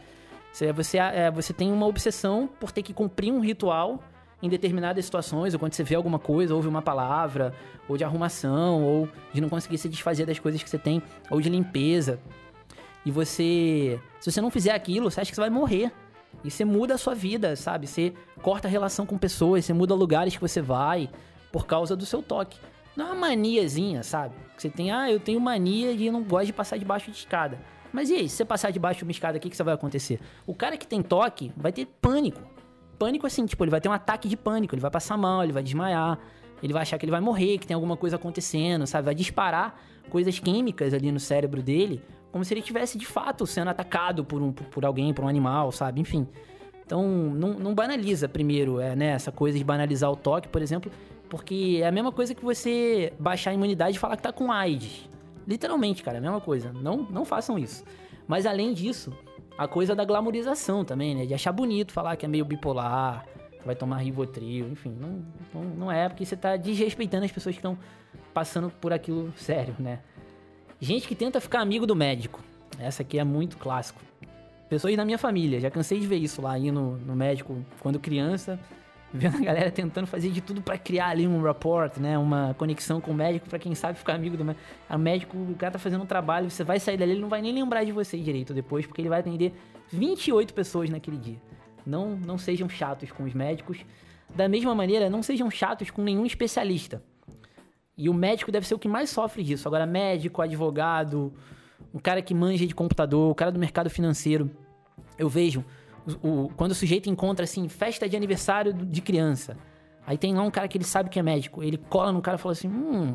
Você tem uma obsessão por ter que cumprir um ritual em determinadas situações, ou quando você vê alguma coisa, ouve uma palavra, ou de arrumação, ou de não conseguir se desfazer das coisas que você tem, ou de limpeza. E se você não fizer aquilo, você acha que você vai morrer. E você muda a sua vida, sabe? Você corta a relação com pessoas, você muda lugares que você vai por causa do seu toque. Não é uma maniazinha, sabe? Você tem, eu tenho mania de não gosto de passar debaixo de escada. Mas e aí, se você passar debaixo de uma escada, o que vai acontecer? O cara que tem toque vai ter pânico. Pânico assim, tipo, ele vai ter um ataque de pânico, ele vai passar mal, ele vai desmaiar, ele vai achar que ele vai morrer, que tem alguma coisa acontecendo, sabe? Vai disparar coisas químicas ali no cérebro dele, como se ele estivesse, de fato, sendo atacado por alguém, por um animal, sabe? Enfim. Então, não banaliza primeiro, essa coisa de banalizar o toque, por exemplo, porque é a mesma coisa que você baixar a imunidade e falar que tá com AIDS. Literalmente, cara, é a mesma coisa. Não façam isso. Mas, além disso, a coisa da glamorização também, né? De achar bonito falar que é meio bipolar, que vai tomar Rivotril, enfim. Não é, porque você tá desrespeitando as pessoas que estão passando por aquilo sério, né? Gente que tenta ficar amigo do médico. Essa aqui é muito clássico. Pessoas da minha família, já cansei de ver isso lá, ir no médico quando criança, vendo a galera tentando fazer de tudo pra criar ali um rapport, né? Uma conexão com o médico, pra quem sabe ficar amigo do médico. O médico, o cara tá fazendo um trabalho, você vai sair dali, ele não vai nem lembrar de você direito depois, porque ele vai atender 28 pessoas naquele dia. Não sejam chatos com os médicos. Da mesma maneira, não sejam chatos com nenhum especialista. E o médico deve ser o que mais sofre disso. Agora, médico, advogado, um cara que manja de computador, o cara do mercado financeiro. Eu vejo, quando o sujeito encontra, assim, festa de aniversário de criança. Aí tem lá um cara que ele sabe que é médico. Ele cola no cara e fala assim,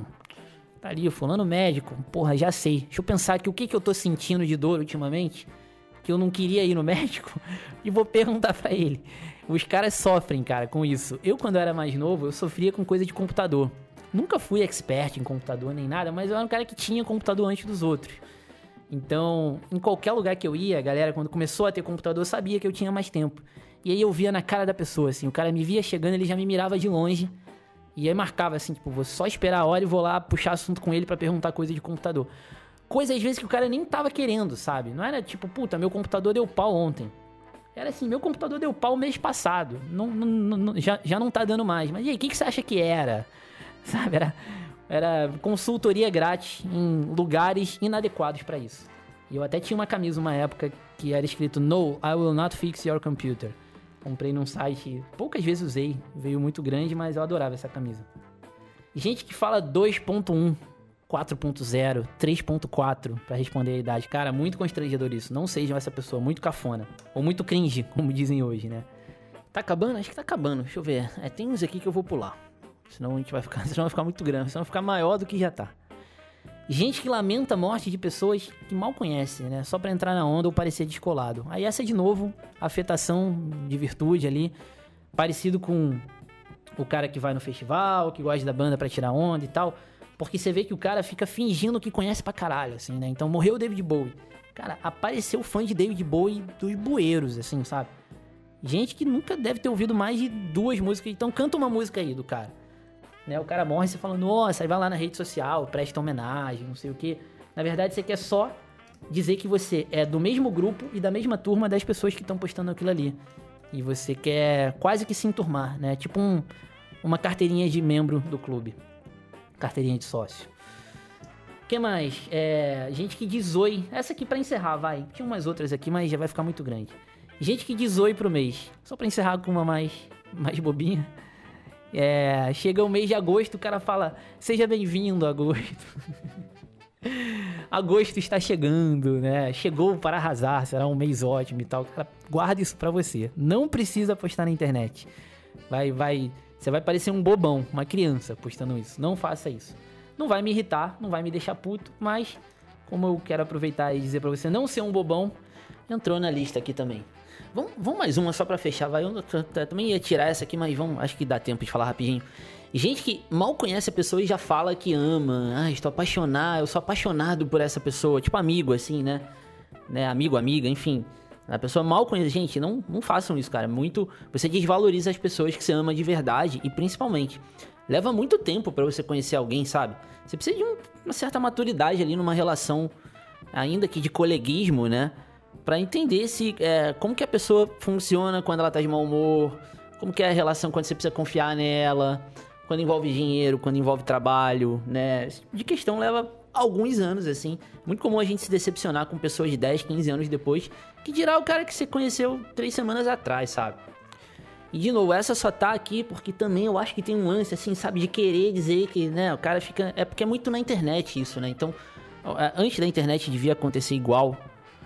tá ali, fulano médico. Porra, já sei. Deixa eu pensar aqui o que eu tô sentindo de dor ultimamente, que eu não queria ir no médico, e vou perguntar pra ele. Os caras sofrem, cara, com isso. Eu, quando eu era mais novo, eu sofria com coisa de computador. nunca fui expert em computador nem nada, mas eu era um cara que tinha computador antes dos outros. Então, em qualquer lugar que eu ia, a galera, quando começou a ter computador, sabia que eu tinha mais tempo. E aí eu via na cara da pessoa, assim, o cara me via chegando, ele já me mirava de longe. E aí marcava assim, tipo, vou só esperar a hora e vou lá puxar assunto com ele pra perguntar coisa de computador. Coisa, às vezes, que o cara nem tava querendo, sabe? Não era tipo, puta, meu computador deu pau ontem. Era assim, meu computador deu pau mês passado. Já não tá dando mais. Mas e aí, o que você acha que era? Sabe, era consultoria grátis em lugares inadequados pra isso. E eu até tinha uma camisa uma época que era escrito No, I will not fix your computer. Comprei num site, poucas vezes usei, veio muito grande, mas eu adorava essa camisa. Gente que fala 2.1, 4.0, 3.4 pra responder a idade. Cara, muito constrangedor isso. Não sejam essa pessoa, muito cafona. Ou muito cringe, como dizem hoje, né? Tá acabando? Acho que tá acabando. Deixa eu ver. Tem uns aqui que eu vou pular. Senão a gente vai ficar, senão vai ficar muito grande, senão vai ficar maior do que já tá. Gente que lamenta a morte de pessoas que mal conhece, né? Só pra entrar na onda ou parecer descolado. Aí essa é de novo, afetação de virtude ali, parecido com o cara que vai no festival, que gosta da banda pra tirar onda e tal. Porque você vê que o cara fica fingindo que conhece pra caralho, assim, né? Então morreu o David Bowie. Cara, apareceu fã de David Bowie dos bueiros, assim, sabe? Gente que nunca deve ter ouvido mais de 2 músicas. Então canta uma música aí do cara. Né, o cara morre e você fala, nossa, aí vai lá na rede social, presta homenagem, não sei o quê. Na verdade, você quer só dizer que você é do mesmo grupo e da mesma turma das pessoas que estão postando aquilo ali. E você quer quase que se enturmar, né? Tipo uma carteirinha de membro do clube. Carteirinha de sócio. O que mais? Gente que diz oi. Essa aqui pra encerrar, vai. Tinha umas outras aqui, mas já vai ficar muito grande. Gente que diz oi pro mês. Só pra encerrar com uma mais bobinha. Chega o mês de agosto, o cara fala, seja bem-vindo, agosto. Agosto está chegando, né? Chegou para arrasar, será um mês ótimo e tal. Cara, guarda isso pra você. Não precisa postar na internet. Você vai parecer um bobão, uma criança postando isso. Não faça isso. Não vai me irritar, não vai me deixar puto, mas como eu quero aproveitar e dizer pra você não ser um bobão, entrou na lista aqui também. Vamos mais uma só pra fechar, vai. Eu também ia tirar essa aqui, mas acho que dá tempo de falar rapidinho. Gente que mal conhece a pessoa e já fala que ama. Estou apaixonado, eu sou apaixonado por essa pessoa. Tipo amigo, assim, né? Amigo, amiga, enfim. A pessoa mal conhece. Gente, não façam isso, cara. Você desvaloriza as pessoas que você ama de verdade. E principalmente, leva muito tempo pra você conhecer alguém, sabe? Você precisa de uma certa maturidade ali numa relação, ainda que de coleguismo, né? Pra entender como que a pessoa funciona quando ela tá de mau humor, como que é a relação quando você precisa confiar nela, quando envolve dinheiro, quando envolve trabalho, né? Esse tipo de questão leva alguns anos, assim. Muito comum a gente se decepcionar com pessoas de 10, 15 anos depois, que dirá o cara que você conheceu 3 semanas atrás, sabe? E, de novo, essa só tá aqui porque também eu acho que tem um lance, assim, sabe, de querer dizer que, né, o cara fica... É porque é muito na internet isso, né? Então, antes da internet devia acontecer igual...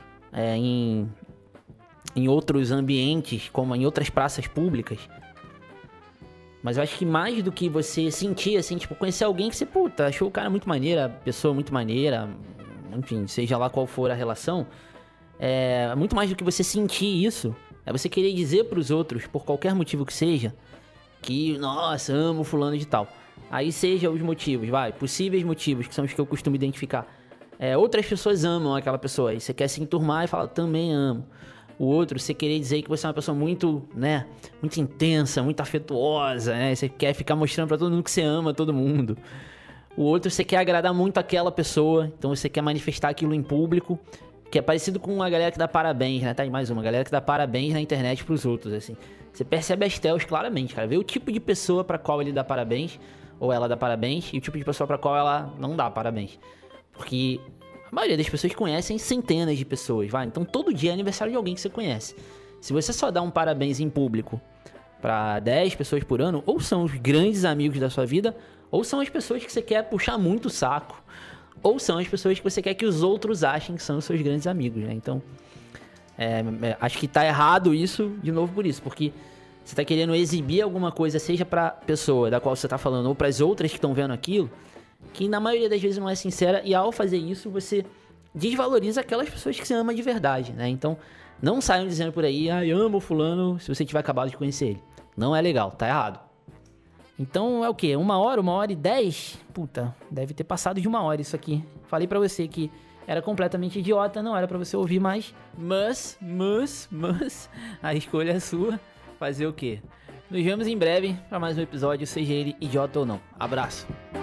em outros ambientes, como em outras praças públicas. Mas eu acho que mais do que você sentir, assim, tipo, conhecer alguém que você, achou o cara muito maneiro, a pessoa muito maneira, enfim, seja lá qual for a relação, muito mais do que você sentir isso, é você querer dizer pros outros, por qualquer motivo que seja, que, nossa, amo fulano de tal. Aí seja os motivos, possíveis motivos, que são os que eu costumo identificar. Outras pessoas amam aquela pessoa, e você quer se enturmar e fala, também amo. O outro, você querer dizer que você é uma pessoa muito, né, muito intensa, muito afetuosa, né, você quer ficar mostrando pra todo mundo que você ama todo mundo. O outro, você quer agradar muito aquela pessoa, então você quer manifestar aquilo em público, que é parecido com a galera que dá parabéns, né, tá aí mais uma, galera que dá parabéns na internet pros outros, assim. Você percebe as telas claramente, cara, vê o tipo de pessoa pra qual ele dá parabéns, ou ela dá parabéns, e o tipo de pessoa pra qual ela não dá parabéns. Porque a maioria das pessoas conhecem centenas de pessoas, então todo dia é aniversário de alguém que você conhece. Se você só dá um parabéns em público pra 10 pessoas por ano, ou são os grandes amigos da sua vida, ou são as pessoas que você quer puxar muito o saco, ou são as pessoas que você quer que os outros achem que são os seus grandes amigos, né? Então, acho que tá errado isso, de novo por isso, porque você tá querendo exibir alguma coisa, seja pra pessoa da qual você tá falando, ou pras outras que estão vendo aquilo, que na maioria das vezes não é sincera, e ao fazer isso você desvaloriza aquelas pessoas que você ama de verdade, né? Então, não saiam dizendo por aí, eu amo fulano, se você tiver acabado de conhecer ele. Não é legal, tá errado. Então é o quê? 1h e 10? Deve ter passado de 1h isso aqui. Falei pra você que era completamente idiota, não era pra você ouvir mais. Mas, a escolha é sua. Fazer o quê? Nos vemos em breve pra mais um episódio, seja ele idiota ou não. Abraço!